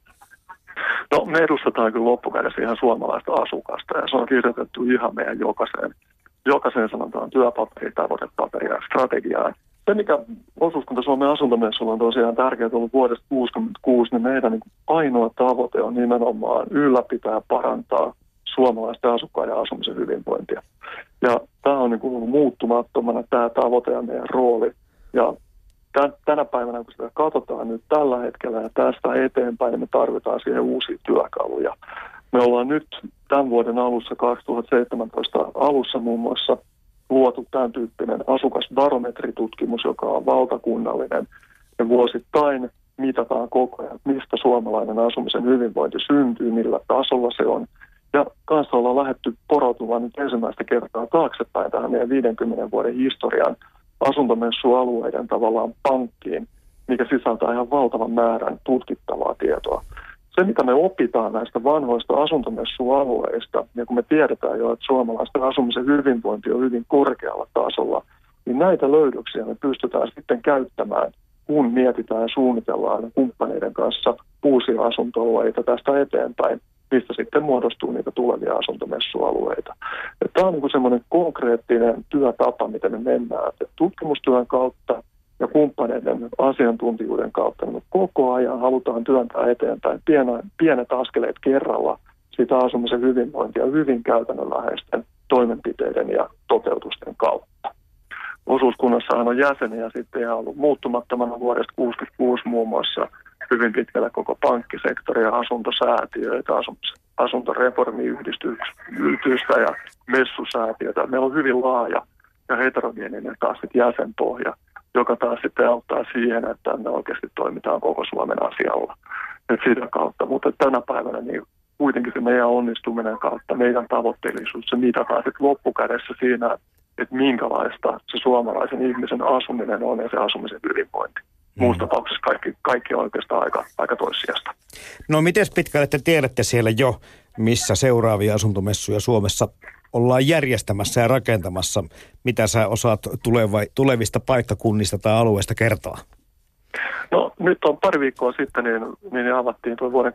No me edustetaan kyllä loppukädessä ihan suomalaista asukasta ja se on kirjoitettu ihan meidän jokaiseen sanotaan työpaperi, tavoitepaperi ja strategiaan. Se, mikä osuuskunta Suomen asuntomessuilla on tosiaan tärkeää ollut vuodesta 1966, niin meidän niin ainoa tavoite on nimenomaan ylläpitää ja parantaa suomalaisten asukkaiden asumisen hyvinvointia. Ja tämä on niin kuin muuttumattomana tämä tavoite ja meidän rooli. Ja tänä päivänä, kun sitä katsotaan nyt tällä hetkellä ja tästä eteenpäin, niin me tarvitaan siihen uusia työkaluja. Me ollaan nyt tämän vuoden alussa, 2017 alussa muun muassa, luotu tämän tyyppinen asukasbarometritutkimus, joka on valtakunnallinen. Ja vuosittain mitataan koko ajan, mistä suomalainen asumisen hyvinvointi syntyy, millä tasolla se on. Ja kanssa ollaan lähdetty porautumaan nyt ensimmäistä kertaa taaksepäin tähän meidän 50 vuoden historian asuntomessualueiden tavallaan pankkiin, mikä sisältää ihan valtavan määrän tutkittavaa tietoa. Se, mitä me opitaan näistä vanhoista asuntomessualueista, ja kun me tiedetään jo, että suomalaisten asumisen hyvinvointi on hyvin korkealla tasolla, niin näitä löydöksiä me pystytään sitten käyttämään, kun mietitään ja suunnitellaan kumppaneiden kanssa uusia asuntoalueita tästä eteenpäin, mistä sitten muodostuu niitä tulevia asuntomessualueita. Tämä on niin semmoinen konkreettinen työtapa, miten me mennään. Et tutkimustyön kautta ja kumppaneiden asiantuntijuuden kautta niin me koko ajan halutaan työntää eteenpäin pienet askeleet kerralla sitä asumisen hyvinvointia hyvin käytännönläheisten toimenpiteiden ja toteutusten kautta. Osuuskunnassahan on jäseniä sitten ja ollut muuttumattomana vuodesta 1966 muun muassa hyvin pitkällä koko pankkisektori ja asuntosäätiöitä, asuntoreformiyhdistystä ja messusäätiötä. Meillä on hyvin laaja ja heterogeeninen taas jäsenpohja, joka taas sitten auttaa siihen, että me oikeasti toimitaan koko Suomen asialla. Et sitä kautta, mutta tänä päivänä niin kuitenkin se meidän onnistuminen kautta, meidän tavoitteellisuus, se mitataan sitten loppukädessä siinä, että minkälaista se suomalaisen ihmisen asuminen on ja se asumisen hyvinvointi. Muussa tapauksessa kaikki on oikeastaan aika toissijasta. No miten pitkälle te tiedätte siellä jo, missä seuraavia asuntomessuja Suomessa ollaan järjestämässä ja rakentamassa? Mitä sä osaat tulevista paikkakunnista tai alueista kertoa? No nyt on pari viikkoa sitten, niin avattiin tuo vuoden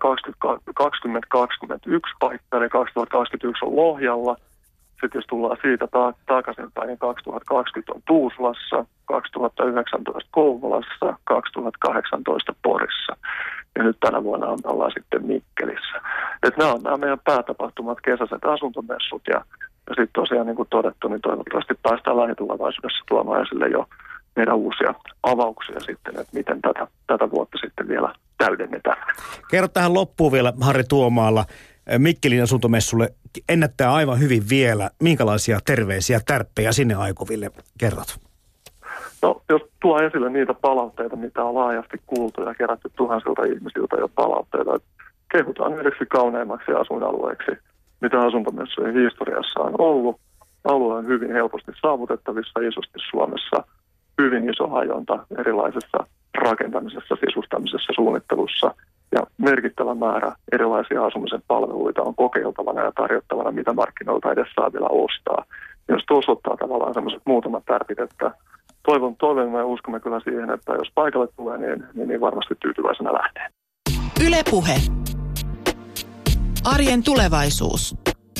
2021 paikka, eli 2021 on Lohjalla. Sitten jos tullaan siitä takaisinpäin, niin 2020 on Tuusulassa, 2019 Kouvolassa, 2018 Porissa. Ja nyt tänä vuonna ollaan sitten Mikkelissä. Et nämä on nämä meidän päätapahtumat, kesäiset asuntomessut. Ja sitten tosiaan niin kuin todettu, niin toivottavasti päästään lähitulevaisuudessa tuomaan esille jo meidän uusia avauksia sitten, että miten tätä vuotta sitten vielä täydennetään. Kerro tähän loppuun vielä, Harri Tuomaala. Mikkelin asuntomessulle ennättää aivan hyvin vielä. Minkälaisia terveisiä, tärppejä sinne aikoville kerrot? No, jos tuo esille niitä palautteita, mitä on laajasti kuultu ja kerätty tuhansilta ihmisiltä jo palautteita, että kehutaan yhdeksi kauneimmaksi asuinalueeksi, mitä asuntomessujen historiassa on ollut. Alue on hyvin helposti saavutettavissa isosti Suomessa. Hyvin iso hajonta erilaisessa rakentamisessa, sisustamisessa, suunnittelussa. Ja merkittävä määrä erilaisia asumisen palveluita on kokeiltavana ja tarjottavana, mitä markkinoilta edes saa vielä ostaa. Jos osoittaa tavallaan sellaiset muutamat tärpit, että toivon ja uskomme kyllä siihen, että jos paikalle tulee, niin varmasti tyytyväisenä lähtee. Yle Puhe. Arjen tulevaisuus.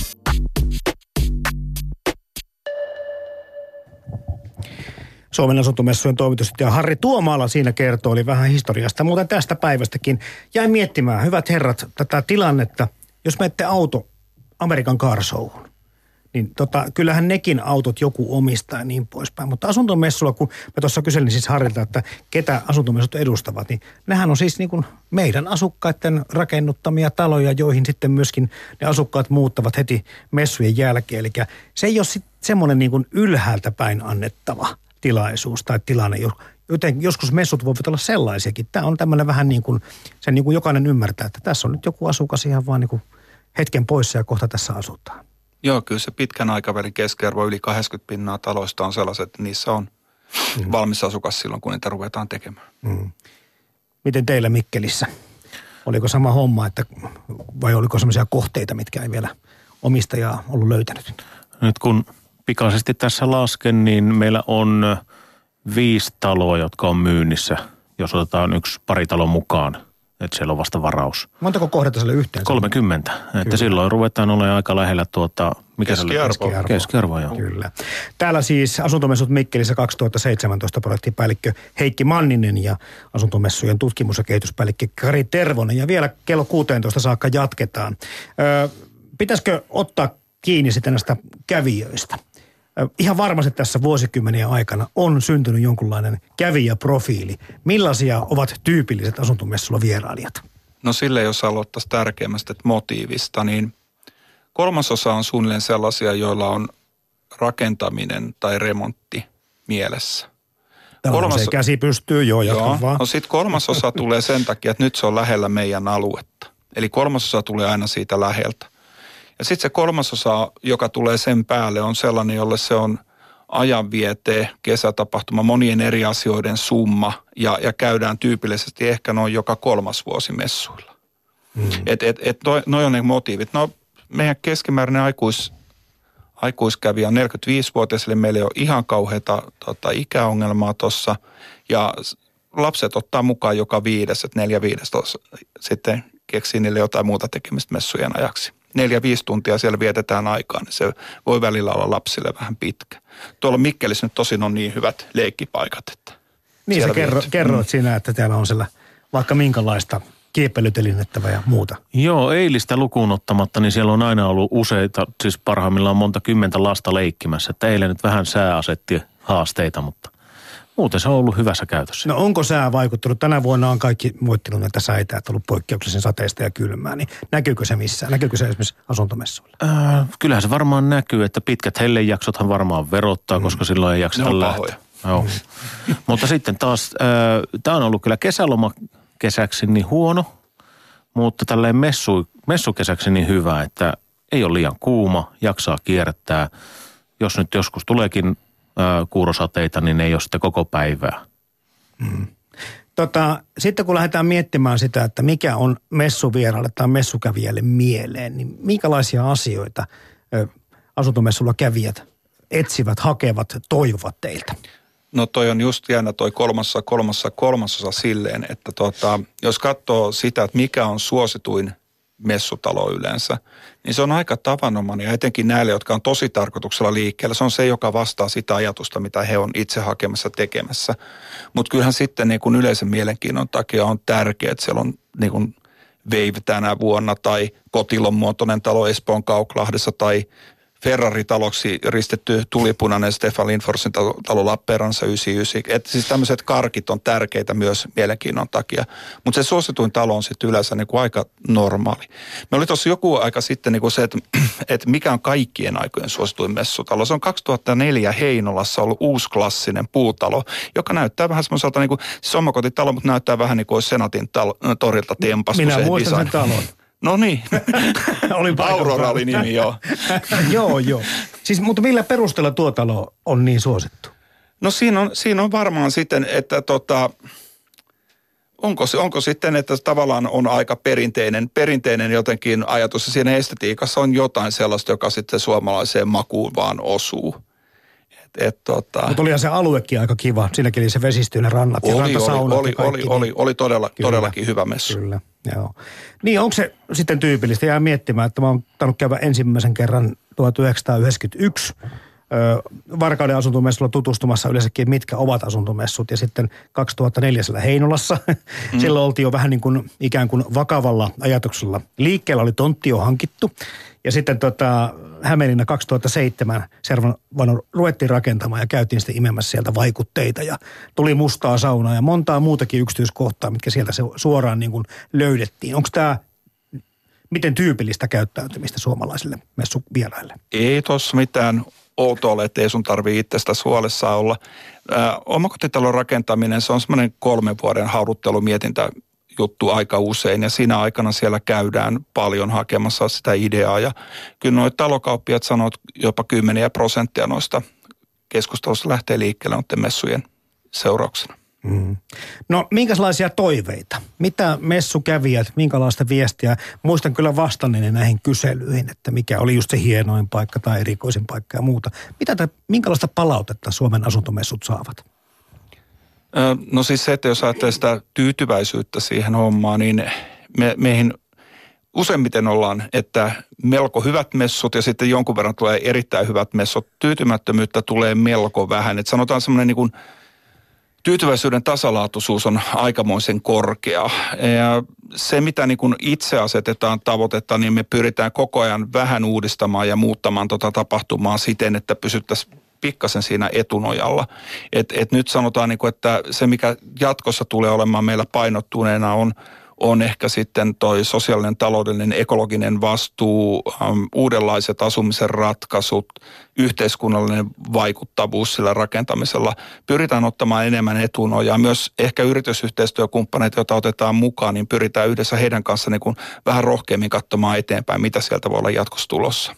Suomen asuntomessujen toimitusjohtaja Harri Tuomaala siinä kertoi vähän historiasta, muuten tästä päivästäkin. Jäin miettimään, hyvät herrat, tätä tilannetta, jos menette auto Amerikan Car Showhun, niin kyllähän nekin autot joku omistaa ja niin poispäin. Mutta asuntomessulla, kun mä tuossa kyselin siis Harrilta, että ketä asuntomessut edustavat, niin nehän on siis niin kuin meidän asukkaiden rakennuttamia taloja, joihin sitten myöskin ne asukkaat muuttavat heti messujen jälkeen. Eli se ei ole semmoinen niin kuin ylhäältä päin annettava tilaisuus tai tilanne. Joten joskus messut voivat olla sellaisiakin. Tämä on tämmöinen vähän niin kuin, sen niin kuin jokainen ymmärtää, että tässä on nyt joku asukas ihan vaan niin kuin hetken poissa ja kohta tässä asutaan. Joo, kyllä se pitkän aikavälin keskiarvo yli 80% taloista on sellaiset, että niissä on valmis asukas silloin, kun niitä ruvetaan tekemään. Miten teillä Mikkelissä? Oliko sama homma, vai oliko sellaisia kohteita, mitkä ei vielä omistajaa ollut löytänyt? Nyt kun pikaisesti tässä lasken, niin meillä on 5 taloa, jotka on myynnissä, jos otetaan pari talon mukaan. Että siellä on vasta varaus. Montako kohdetta siellä yhteensä? 30. Että silloin ruvetaan olemaan aika lähellä keskiarvoa. Joo. Kyllä. Täällä siis Asuntomessut Mikkelissä 2017 projektipäällikkö Heikki Manninen ja asuntomessujen tutkimus- ja kehityspäällikkö Kari Tervonen. Ja vielä kello 16 saakka jatketaan. Pitäisikö ottaa kiinni sitten näistä kävijöistä? Ihan varmasti tässä vuosikymmenien aikana on syntynyt jonkunlainen kävijäprofiili. Millaisia ovat tyypilliset asuntomessulla vierailijat? No sille, jos aloittaisiin tärkeimmästä motiivista, niin 3/3 on suunnilleen sellaisia, joilla on rakentaminen tai remontti mielessä. Se käsi pystyy, jatka vaan. No sitten 3/3 tulee sen takia, että nyt se on lähellä meidän aluetta. Eli 3/3 tulee aina siitä läheltä. Ja sitten se 3/3, joka tulee sen päälle, on sellainen, jolle se on ajanviete, kesätapahtuma, monien eri asioiden summa ja käydään tyypillisesti ehkä noin joka 3. vuosi messuilla. Noi on ne motiivit. No meidän keskimääräinen aikuiskävijä on 45-vuotias, eli meillä ei ole ihan kauheata ikäongelmaa tuossa. Ja lapset ottaa mukaan joka 5, että 4/5 sitten keksii niille jotain muuta tekemistä messujen ajaksi. 4-5 tuntia siellä vietetään aikaa, niin se voi välillä olla lapsille vähän pitkä. Tuolla Mikkelissä nyt tosin on niin hyvät leikkipaikat, että niin sä kerroit siinä, että täällä on siellä vaikka minkälaista kiepeilytelinettävää ja muuta. Joo, eilistä lukuun ottamatta, niin siellä on aina ollut useita, siis parhaimmillaan monta 10 lasta leikkimässä. Että eilen nyt vähän sää asetti haasteita, mutta muuten se on ollut hyvässä käytössä. No onko sää vaikuttanut? Tänä vuonna on kaikki moittinut näitä säitä, että on ollut poikkeuksellisen sateista ja kylmää. Niin näkyykö se missään? Näkyykö se esimerkiksi asuntomessuilla? Kyllähän se varmaan näkyy, että pitkät hellejaksothan varmaan verottaa, koska silloin ei jakseta lähteä. Joo. Mutta sitten taas, tämä on ollut kyllä kesälomakesäksi niin huono, mutta tälleen messukesäksi niin hyvä, että ei ole liian kuuma, jaksaa kierrättää. Jos nyt joskus tuleekin kuurosateita, niin ei ole sitä koko päivää. Sitten kun lähdetään miettimään sitä, että mikä on messuvieraille tai messukävijälle mieleen, niin minkälaisia asioita asuntomessulla kävijät etsivät, hakevat, toivovat teiltä? No toi on just jännä toi 3/3 silleen, että jos katsoo sitä, että mikä on suosituin messutalo yleensä, niin se on aika tavanomainen ja etenkin näille, jotka on tosi tarkoituksella liikkeellä. Se on se, joka vastaa sitä ajatusta, mitä he on itse hakemassa tekemässä. Mutta kyllähän sitten niin kun yleisen mielenkiinnon takia on tärkeää, että siellä on niin kun Wave tänä vuonna tai Kotilon muotoinen talo Espoon Kauklahdessa tai Ferrari-taloksi ristetty tulipunainen Stefan Lindforsin talo Lappeenrannassa 99. Että siis tämmöiset karkit on tärkeitä myös mielenkiinnon takia. Mutta se suosituin talo on sitten yleensä niin kuin aika normaali. Me oli tuossa joku aika sitten niin kuin se, että mikä on kaikkien aikojen suosituin messutalo. Se on 2004 Heinolassa ollut uusklassinen puutalo, joka näyttää vähän semmoiselta niin kuin siis omakotitalo, mutta näyttää vähän niin kuin Senaatin torilta tempastu. Minä muistan sen talon. No niin. Aurora oli nimi, joo. Joo. Siis, mutta millä perusteella tuo talo on niin suosittu? No siinä on varmaan sitten, että onko sitten, että tavallaan on aika perinteinen jotenkin ajatus. Ja siinä estetiikassa on jotain sellaista, joka sitten suomalaiseen makuun vaan osuu. Mutta olihan se aluekin aika kiva. Siinäkin oli se vesistöinen rannat ja rantasaunat. Oli todellakin hyvä messu. Kyllä, joo. Niin onko se sitten tyypillistä? Jää miettimään, että mä oon tainnut käydä ensimmäisen kerran 1991 Varkauden asuntomessulla tutustumassa yleensäkin, mitkä ovat asuntomessut. Ja sitten 2004 Heinolassa. Silloin oltiin jo vähän niin kuin ikään kuin vakavalla ajatuksella. Liikkeellä oli tontti jo hankittu. Ja sitten Hämeenlinna 2007 Servon ruvettiin rakentamaan ja käytiin sitten imemässä sieltä vaikutteita ja tuli mustaa saunaa ja montaa muutakin yksityiskohtaa, mitkä sieltä suoraan niin kuin löydettiin. Onko tämä miten tyypillistä käyttäytymistä suomalaisille messuvieraille? Ei tuossa mitään outoa ole, että ei sun tarvitse itsestä huolessa olla. Omakotitalon rakentaminen, se on semmoinen 3 vuoden hauduttelumietintä juttu aika usein ja siinä aikana siellä käydään paljon hakemassa sitä ideaa ja kyllä nuo talokauppiat sanoo, että jopa 10% noista keskustelussa lähtee liikkeelle noiden messujen seurauksena. No minkälaisia toiveita? Mitä messukävijät, minkälaista viestiä? Muistan kyllä vastanneeni näihin kyselyihin, että mikä oli just se hienoin paikka tai erikoisin paikka ja muuta. Minkälaista palautetta Suomen asuntomessut saavat? No siis se, että jos ajattelee sitä tyytyväisyyttä siihen hommaan, niin meihin useimmiten ollaan, että melko hyvät messut ja sitten jonkun verran tulee erittäin hyvät messut. Tyytymättömyyttä tulee melko vähän. Että sanotaan semmoinen niin kuin tyytyväisyyden tasalaatuisuus on aikamoisen korkea. Ja se, mitä niin kuin itse asetetaan tavoitetta, niin me pyritään koko ajan vähän uudistamaan ja muuttamaan tapahtumaa siten, että pysyttäisiin pikkasen siinä etunojalla. Et nyt sanotaan, niin kuin, että se, mikä jatkossa tulee olemaan meillä painottuneena on ehkä sitten toi sosiaalinen, taloudellinen, ekologinen vastuu, uudenlaiset asumisen ratkaisut, yhteiskunnallinen vaikuttavuus sillä rakentamisella. Pyritään ottamaan enemmän etunojaa. Myös ehkä yritysyhteistyökumppaneita, joita otetaan mukaan, niin pyritään yhdessä heidän kanssa niin kuin vähän rohkeammin katsomaan eteenpäin, mitä sieltä voi olla jatkossa tulossa.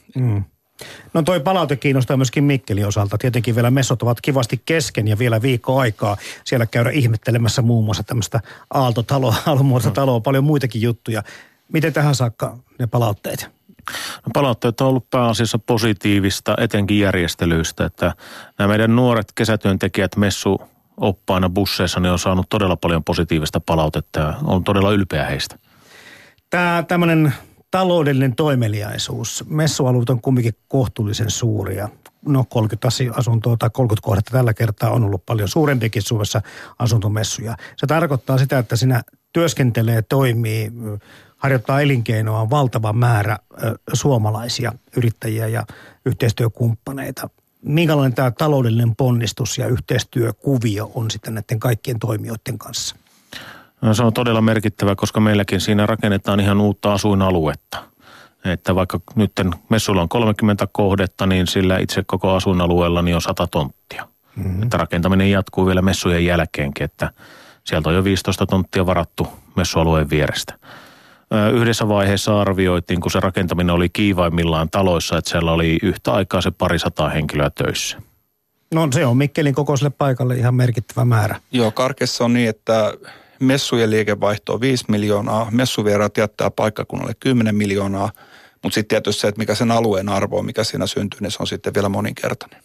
No toi palaute kiinnostaa myöskin Mikkelin osalta. Tietenkin vielä messot ovat kivasti kesken ja vielä viikko aikaa siellä käydä ihmettelemässä muun muassa tämmöistä aaltomuotoista taloa, paljon muitakin juttuja. Miten tähän saakka ne palautteet? No, palautteet on ollut pääasiassa positiivista, etenkin järjestelyistä, että nämä meidän nuoret kesätyöntekijät messuoppaina busseissa niin on saanut todella paljon positiivista palautetta ja on todella ylpeä heistä. Tämä tämmöinen taloudellinen toimeliaisuus. Messualueet on kumminkin kohtuullisen suuria. No 30 asuntoa tai 30 kohdetta tällä kertaa on ollut paljon suurempikin Suomessa asuntomessuja. Se tarkoittaa sitä, että siinä työskentelee, toimii, harjoittaa elinkeinoa valtava määrä suomalaisia yrittäjiä ja yhteistyökumppaneita. Minkälainen tämä taloudellinen ponnistus ja yhteistyökuvio on sitten näiden kaikkien toimijoiden kanssa? No, se on todella merkittävä, koska meilläkin siinä rakennetaan ihan uutta asuinaluetta. Että vaikka nyt messuilla on 30 kohdetta, niin sillä itse koko asuinalueella niin on 100 tonttia. Että rakentaminen jatkuu vielä messujen jälkeenkin, että sieltä on jo 15 tonttia varattu messualueen vierestä. Yhdessä vaiheessa arvioitiin, kun se rakentaminen oli kiivaimmillaan taloissa, että siellä oli yhtä aikaa se 200 henkilöä töissä. No se on Mikkelin kokoiselle paikalle ihan merkittävä määrä. Joo, Karkeassa on niin, että messujen liikevaihto on 5 miljoonaa, messuvieraat jättää paikkakunnalle 10 miljoonaa, mutta sitten tietysti se, että mikä sen alueen arvo on, mikä siinä syntyy, niin se on sitten vielä moninkertainen.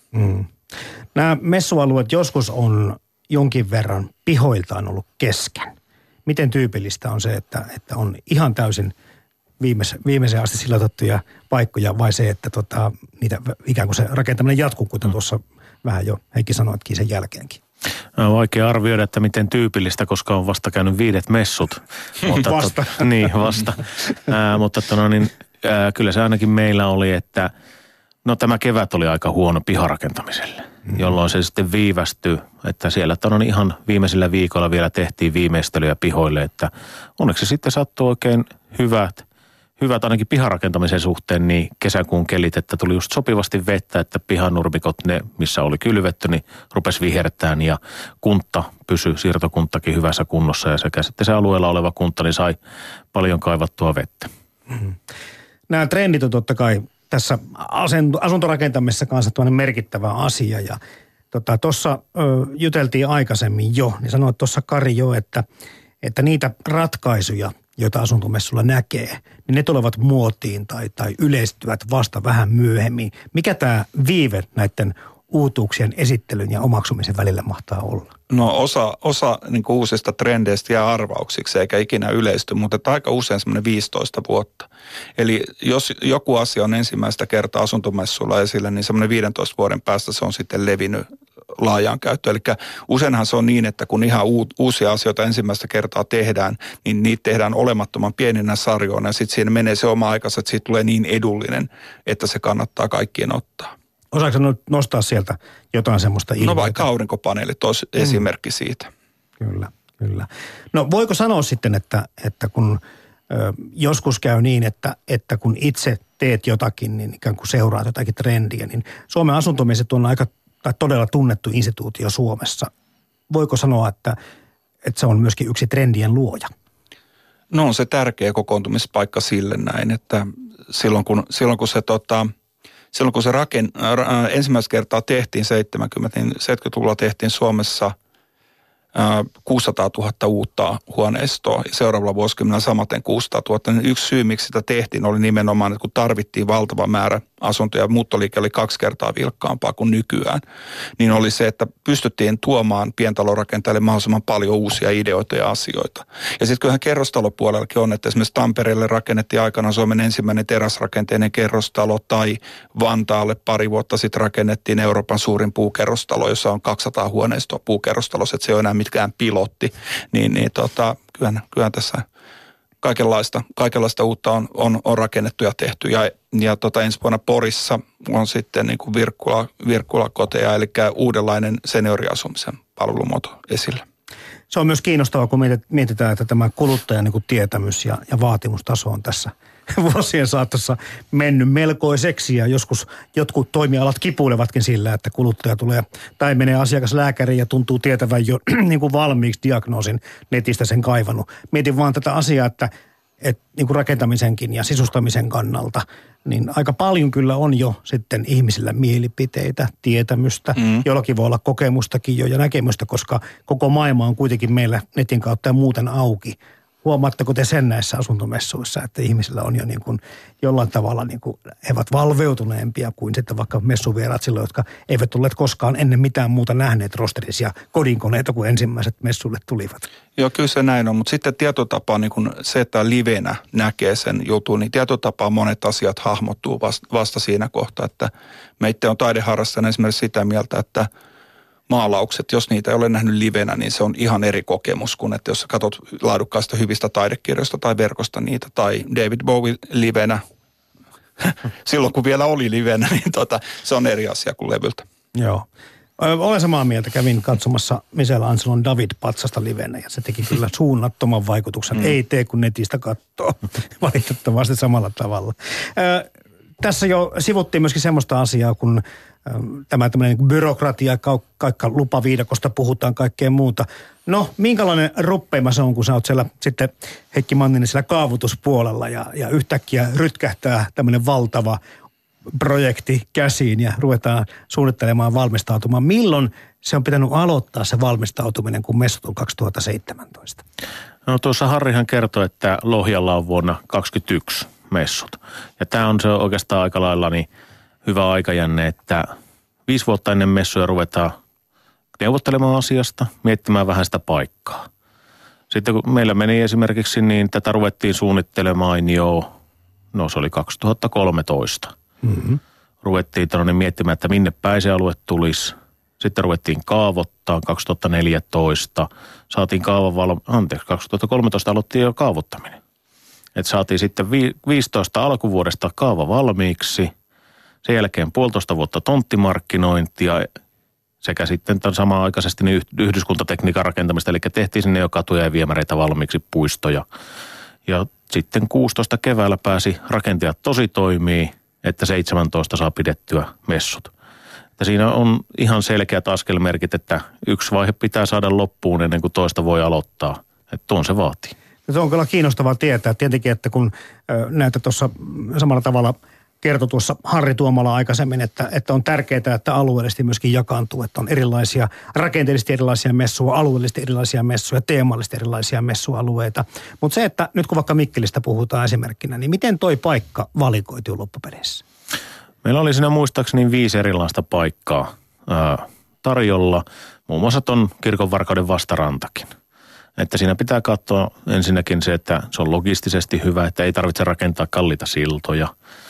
Nämä messualueet joskus on jonkin verran pihoiltaan ollut kesken. Miten tyypillistä on se, että on ihan täysin viimeiseen asti silotettuja paikkoja vai se, että niitä ikään kuin se rakentaminen jatkuu, kuten tuossa vähän jo Heikki sanoitkin sen jälkeenkin? On vaikea arvioida, että miten tyypillistä, koska on vasta käynyt 5 messut. Mutta vasta. Vasta. Mutta kyllä se ainakin meillä oli, että no tämä kevät oli aika huono piharakentamiselle, jolloin se sitten viivästyi, että siellä ihan viimeisillä viikoilla vielä tehtiin viimeistelyjä pihoille, että onneksi sitten sattui oikein hyvät ainakin piharakentamisen suhteen, niin kesäkuun kelit, että tuli just sopivasti vettä, että pihanurmikot, ne missä oli kylvetty, niin rupesi vihertään ja siirtokuntakin hyvässä kunnossa ja sekä sitten se alueella oleva kunta, niin sai paljon kaivattua vettä. Nämä trendit on totta kai tässä asuntorakentamisessa kanssa tuonne merkittävä asia ja tuossa juteltiin aikaisemmin jo, niin sanoit tuossa Kari jo, että niitä ratkaisuja, joita asuntomessulla näkee, niin ne tulevat muotiin tai yleistyvät vasta vähän myöhemmin. Mikä tämä viive näiden uutuuksien esittelyn ja omaksumisen välillä mahtaa olla? No osa niin kuin uusista trendeistä jää arvauksiksi eikä ikinä yleisty, mutta aika usein semmoinen 15 vuotta. Eli jos joku asia on ensimmäistä kertaa asuntomessulla esillä, niin semmoinen 15 vuoden päästä se on sitten levinnyt laajaan käyttöön. Eli useinhan se on niin, että kun ihan uusia asioita ensimmäistä kertaa tehdään, niin niitä tehdään olemattoman pieninä sarjoina ja sitten siinä menee se oma aikansa, että siitä tulee niin edullinen, että se kannattaa kaikkien ottaa. Osaatko nostaa sieltä jotain semmoista ilmiötä? No vaikka aurinkopaneelit olisi esimerkki siitä. Kyllä. No voiko sanoa sitten, että kun joskus käy niin, että kun itse teet jotakin, niin ikään kuin seuraat jotakin trendiä, niin Suomen asuntomiehet on todella tunnettu instituutio Suomessa. Voiko sanoa, että se on myöskin yksi trendien luoja? No on se tärkeä kokoontumispaikka sille näin, että silloin kun se ensimmäistä kertaa tehtiin 70-luvulla tehtiin Suomessa 600 000 uutta huoneistoa ja seuraavalla vuosikymmenellä samaten 600 000. Niin yksi syy, miksi sitä tehtiin, oli nimenomaan, että kun tarvittiin valtava määrä asuntoja, muuttoliike oli 2 kertaa vilkkaampaa kuin nykyään, niin oli se, että pystyttiin tuomaan pientalorakentajille mahdollisimman paljon uusia ideoita ja asioita. Ja sitten kyllähän kerrostalopuolellakin on, että esimerkiksi Tampereelle rakennettiin aikanaan Suomen ensimmäinen teräsrakenteinen kerrostalo tai Vantaalle pari vuotta sitten rakennettiin Euroopan suurin puukerrostalo, jossa on 200 huoneistoa puukerrostalossa, että se ei ole enää mitkään pilotti, kyllähän tässä kaikenlaista uutta on rakennettu ja tehty. Ja ensi vuonna Porissa on sitten niin kuin Virkkula-koteja, eli uudenlainen senioriasumisen palvelumuoto esillä. Se on myös kiinnostavaa, kun mietitään, että tämä kuluttajan niin kuin tietämys ja vaatimustaso on tässä vuosien saatossa mennyt melkoiseksi ja joskus jotkut toimialat kipuilevatkin sillä, että kuluttaja tulee tai menee asiakaslääkäriin ja tuntuu tietävän jo niin kuin valmiiksi diagnoosin netistä sen kaivannut. Mietin vaan tätä asiaa, että niin kuin rakentamisenkin ja sisustamisen kannalta, niin aika paljon kyllä on jo sitten ihmisillä mielipiteitä, tietämystä, jollakin voi olla kokemustakin jo ja näkemystä, koska koko maailma on kuitenkin meillä netin kautta ja muuten auki. Huomaatteko te sen näissä asuntomessuissa, että ihmisillä on jo niin kuin jollain tavalla niin kuin he ovat valveutuneempia kuin sitten vaikka messuvieraat silloin, jotka eivät olleet koskaan ennen mitään muuta nähneet rosterisia kodinkoneita, kun ensimmäiset messuille tulivat. Joo, kyllä se näin on, mutta sitten tietotapaa niin kuin se, että livenä näkee sen jutun, niin tietotapaa monet asiat hahmottuu vasta siinä kohtaa, että me itse on taideharrastajana esimerkiksi sitä mieltä, että maalaukset, jos niitä ei ole nähnyt livenä, niin se on ihan eri kokemus kuin, että jos sä katsot laadukkaista hyvistä taidekirjoista tai verkosta niitä, tai David Bowie livenä, silloin kun vielä oli livenä, niin se on eri asia kuin levyltä. Joo. Olen samaa mieltä. Kävin katsomassa Michelangelon David-patsasta livenä ja se teki kyllä suunnattoman vaikutuksen. Ei tee, kun netistä katsoo. Valitettavasti samalla tavalla. Tässä jo sivuttiin myöskin semmoista asiaa, kun tämä tämmöinen byrokratia, kaikka lupaviidakosta puhutaan, kaikkea muuta. No, minkälainen ruppeima se on, kun sä oot siellä sitten Heikki Manninen siellä kaavoituspuolella ja yhtäkkiä rytkähtää tämmöinen valtava projekti käsiin ja ruvetaan suunnittelemaan, valmistautumaan. Milloin se on pitänyt aloittaa se valmistautuminen, kun messut on 2017? No tuossa Harrihan kertoi, että Lohjalla on vuonna 2021 messut. Ja tämä on se oikeastaan aika lailla niin hyvä aikajänne, että 5 vuotta ennen messuja ruvetaan neuvottelemaan asiasta, miettimään vähän sitä paikkaa. Sitten kun meillä meni esimerkiksi, niin tätä ruvettiin suunnittelemaan jo, se oli 2013. Mm-hmm. Ruvettiin miettimään, että minne päin se alue tulisi. Sitten ruvettiin kaavoittaa 2014. Saatiin 2013 aloittiin jo kaavoittaminen. Että saatiin sitten 15 alkuvuodesta kaava valmiiksi. Sen jälkeen 1,5 vuotta tonttimarkkinointia sekä sitten samaan aikaisesti niin yhdyskuntatekniikan rakentamista. Eli tehtiin sinne jo katuja ja viemäreitä valmiiksi, puistoja. Ja sitten 16 keväällä pääsi rakentajat tosi toimii, että 17 saa pidettyä messut. Että siinä on ihan selkeät askelmerkit, että yksi vaihe pitää saada loppuun ennen kuin toista voi aloittaa. Että tuon se vaatii. Se on kyllä kiinnostavaa tietää. Tietenkin, että kun näitä tuossa samalla tavalla kertoi tuossa Harri Tuomala aikaisemmin, että on tärkeää, että alueellisesti myöskin jakaantuu, että on erilaisia, rakenteellisesti erilaisia messuja, alueellisesti erilaisia messuja, teemallisesti erilaisia messualueita. Mutta se, että nyt kun vaikka Mikkelistä puhutaan esimerkkinä, niin miten toi paikka valikoituu loppupeleissä? Meillä oli siinä muistaakseni 5 erilaista paikkaa tarjolla, muun muassa ton Kirkonvarkauden vastarantakin. Että siinä pitää katsoa ensinnäkin se, että se on logistisesti hyvä, että ei tarvitse rakentaa kalliita siltoja.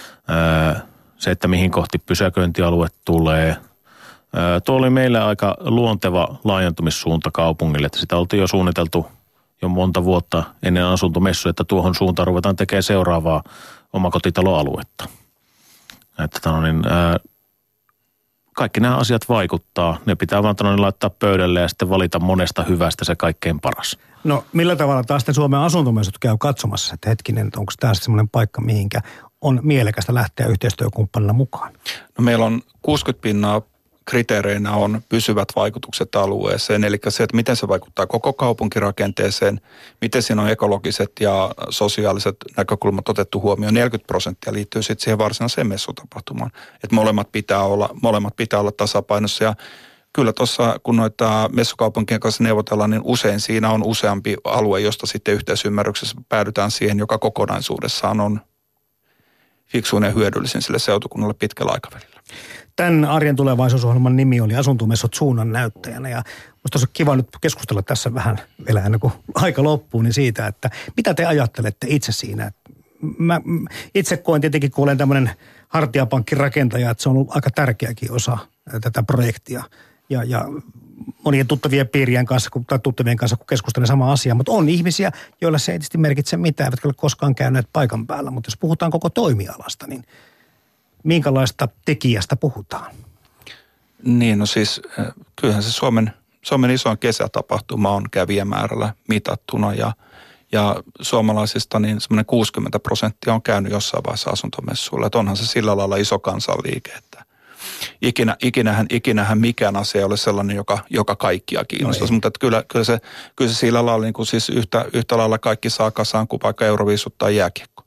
Se, että mihin kohti pysäköintialue tulee. Tuo oli meillä aika luonteva laajentumissuunta kaupungille, että sitä oltiin jo suunniteltu jo monta vuotta ennen asuntomessuja, että tuohon suuntaan ruvetaan tekemään seuraavaa omakotitaloaluetta. Että kaikki nämä asiat vaikuttaa. Ne pitää vaan laittaa pöydälle ja sitten valita monesta hyvästä se kaikkein paras. No millä tavalla taas sitten Suomen asuntomessut käy katsomassa, että hetkinen, että onko tämä semmoinen paikka, mihinkä on mielekästä lähteä yhteistyökumppanina mukaan? No meillä on 60% kriteereinä on pysyvät vaikutukset alueeseen, eli se, että miten se vaikuttaa koko kaupunkirakenteeseen, miten siinä on ekologiset ja sosiaaliset näkökulmat otettu huomioon. 40% liittyy sitten siihen varsinaiseen messutapahtumaan, että molemmat pitää olla tasapainossa. Ja kyllä tuossa, kun noita messukaupunkien kanssa neuvotellaan, niin usein siinä on useampi alue, josta sitten yhteisymmärryksessä päädytään siihen, joka kokonaisuudessaan on fiksuin ja hyödyllisin sille seutukunnalle pitkällä aikavälillä. Tämän Arjen tulevaisuusohjelman nimi oli Asuntomessut suunnan näyttäjänä, ja musta olisi kiva nyt keskustella tässä vähän vielä ennen kuin aika loppuu, niin siitä, että mitä te ajattelette itse siinä. Mä itse koen tietenkin, kun olen tämmöinen hartiapankkin rakentaja, että se on ollut aika tärkeäkin osa tätä projektia. Ja monien tuttavien piirien kanssa, tai tuttavien kanssa, kun keskustelen sama asia, mutta on ihmisiä, joilla se ei tietysti merkitse mitään, eivätkä ole koskaan käyneet paikan päällä. Mutta jos puhutaan koko toimialasta, niin minkälaista tekijästä puhutaan? Niin, no siis kyllähän se Suomen isoin kesätapahtuma on kävijämäärällä mitattuna ja suomalaisista niin semmoinen 60% on käynyt jossain vaiheessa asuntomessuilla. Että onhan se sillä lailla iso kansanliike, että ikinähän mikään asia ei ole sellainen, joka kaikkia kiinnostaisi. Mutta kyllä se sillä lailla niin kuin siis yhtä lailla kaikki saa kasaan kuin vaikka Euroviisut tai jääkiekko.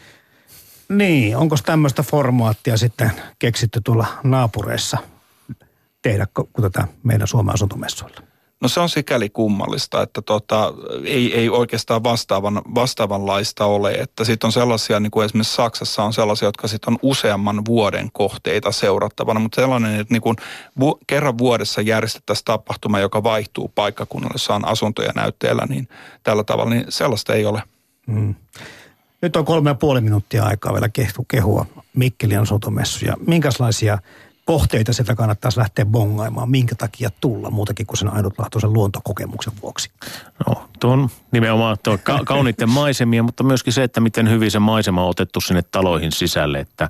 Niin, onko tämmöistä formaattia sitten keksitty tuolla naapureissa tehdä kuin tätä meidän Suomen asuntomessuilla? No se on sikäli kummallista, että ei oikeastaan vastaavanlaista ole. Että sitten on sellaisia, niin kuin esimerkiksi Saksassa on sellaisia, jotka sitten on useamman vuoden kohteita seurattavana. Mutta sellainen, että niin kuin kerran vuodessa järjestettäisiin tapahtuma, joka vaihtuu paikkakunnalle, jossa on asuntoja näytteellä, niin tällä tavalla, niin sellaista ei ole. Nyt on 3,5 minuuttia aikaa vielä kehua Mikkelin asuntomessuja. Minkälaisia kohteita sieltä kannattaisi lähteä bongaimaan? Minkä takia tulla muutakin kuin sen ainutlaatuisen luontokokemuksen vuoksi? No, tuon nimenomaan kauniitten maisemia, mutta myöskin se, että miten hyvin se maisema on otettu sinne taloihin sisälle. Että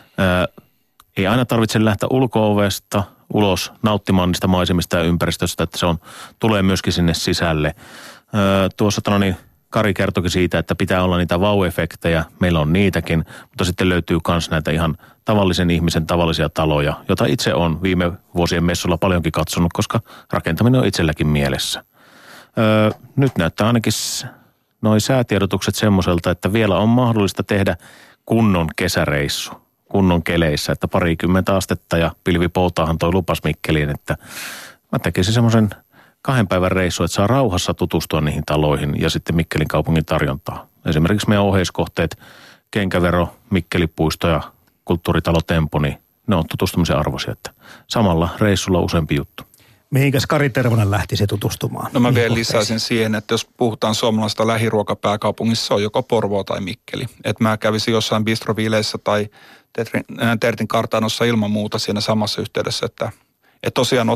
ei aina tarvitse lähteä ulko-ovesta ulos nauttimaan niistä maisemista ja ympäristöstä, että se tulee myöskin sinne sisälle. Tuossa Kari kertoikin siitä, että pitää olla niitä vau-efektejä. Meillä on niitäkin, mutta sitten löytyy myös näitä ihan tavallisen ihmisen tavallisia taloja, joita itse on viime vuosien messulla paljonkin katsonut, koska rakentaminen on itselläkin mielessä. Nyt näyttää ainakin noi säätiedotukset semmoiselta, että vielä on mahdollista tehdä kunnon kesäreissu, kunnon keleissä, että 20 astetta ja pilvipoutaahan toi lupas Mikkeliin, että mä tekisin semmoisen 2 päivän reissu, että saa rauhassa tutustua niihin taloihin ja sitten Mikkelin kaupungin tarjontaa. Esimerkiksi meidän oheiskohteet, Kenkävero, Mikkelipuisto ja Kulttuuritalo Tempo, niin ne on tutustumisen arvoisia, että samalla reissulla useampi juttu. Mihinkäs Kari Tervonen lähtisi tutustumaan? No mä vielä lisäisin siihen, että jos puhutaan suomalaisesta lähiruokapääkaupungissa, se on joko Porvoo tai Mikkeli. Että mä kävisin jossain bistroviileissä tai Tertin kartanossa ilman muuta siinä samassa yhteydessä, että tosiaan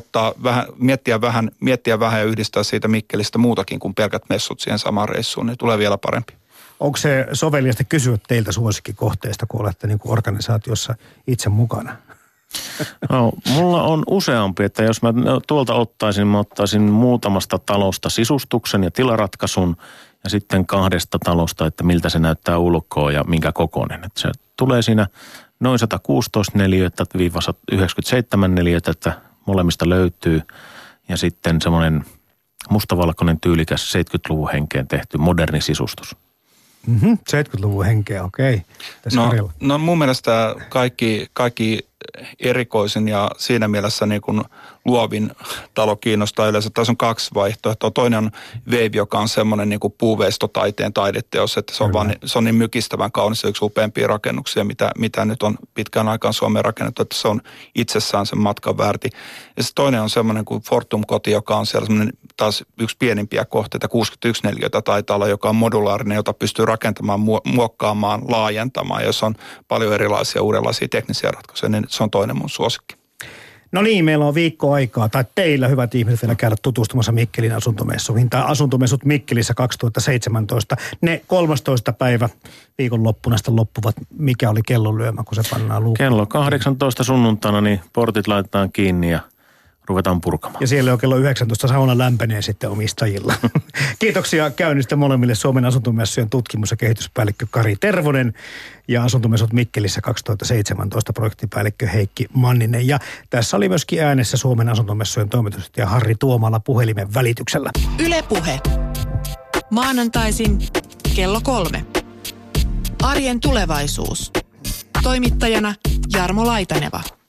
miettiä vähän ja yhdistää siitä Mikkelistä muutakin kuin pelkät messut siihen samaan reissuun, niin tulee vielä parempi. Onko se soveliasta kysyä teiltä suosikkikohteista, kun olette niin kuin organisaatiossa itse mukana? No, mulla on useampi, että jos mä tuolta ottaisin muutamasta talosta sisustuksen ja tilaratkaisun ja sitten 2 talosta, että miltä se näyttää ulkoa ja minkä kokoinen. Että se tulee siinä noin 116 neliötä - 97 neliötä, että molemmista löytyy. Ja sitten semmoinen mustavalkoinen tyylikäs 70-luvun henkeen tehty moderni sisustus. 70-luvun henkeä, okei. No mun mielestä kaikki erikoisin ja siinä mielessä niin kuin luovin talo kiinnostaa yleensä. Tässä on 2 vaihtoehtoa. Toinen on Veivi, joka on semmoinen niin kuin puuveistotaiteen taideteos, että se on niin mykistävän kaunis ja yksi upeampia rakennuksia, mitä nyt on pitkään aikaan Suomeen rakennettu, että se on itsessään sen matkan väärti. Ja sitten toinen on semmoinen kuin Fortum-koti, joka on siellä semmoinen taas yksi pienimpiä kohteita, 61 neliötä taitaa olla, joka on modulaarinen, jota pystyy rakentamaan, muokkaamaan, laajentamaan, jos on paljon erilaisia uudenlaisia teknisiä ratkaisuja, niin se on toinen mun suosikki. No niin, meillä on viikko aikaa, tai teillä hyvät ihmiset vielä käydä tutustumassa Mikkelin asuntomessuihin, tai asuntomessut Mikkelissä 2017. Ne 13. päivä viikonloppuna sitten loppuvat. Mikä oli kellonlyömä, kun se pannaan luukkuun? Kello 18 sunnuntaina, niin portit laitetaan kiinni ja ruvetaan purkamaan. Ja siellä jo kello 19 sauna lämpenee sitten omistajilla. Kiitoksia käynnistä molemmille Suomen asuntomessujen tutkimus- ja kehityspäällikkö Kari Tervonen ja Asuntomessut Mikkelissä 2017 projektipäällikkö Heikki Manninen. Ja tässä oli myöskin äänessä Suomen asuntomessujen toimitusjohtaja Harri Tuomala puhelimen välityksellä. Yle Puhe. Maanantaisin kello 3. Arjen tulevaisuus. Toimittajana Jarmo Laitaneva.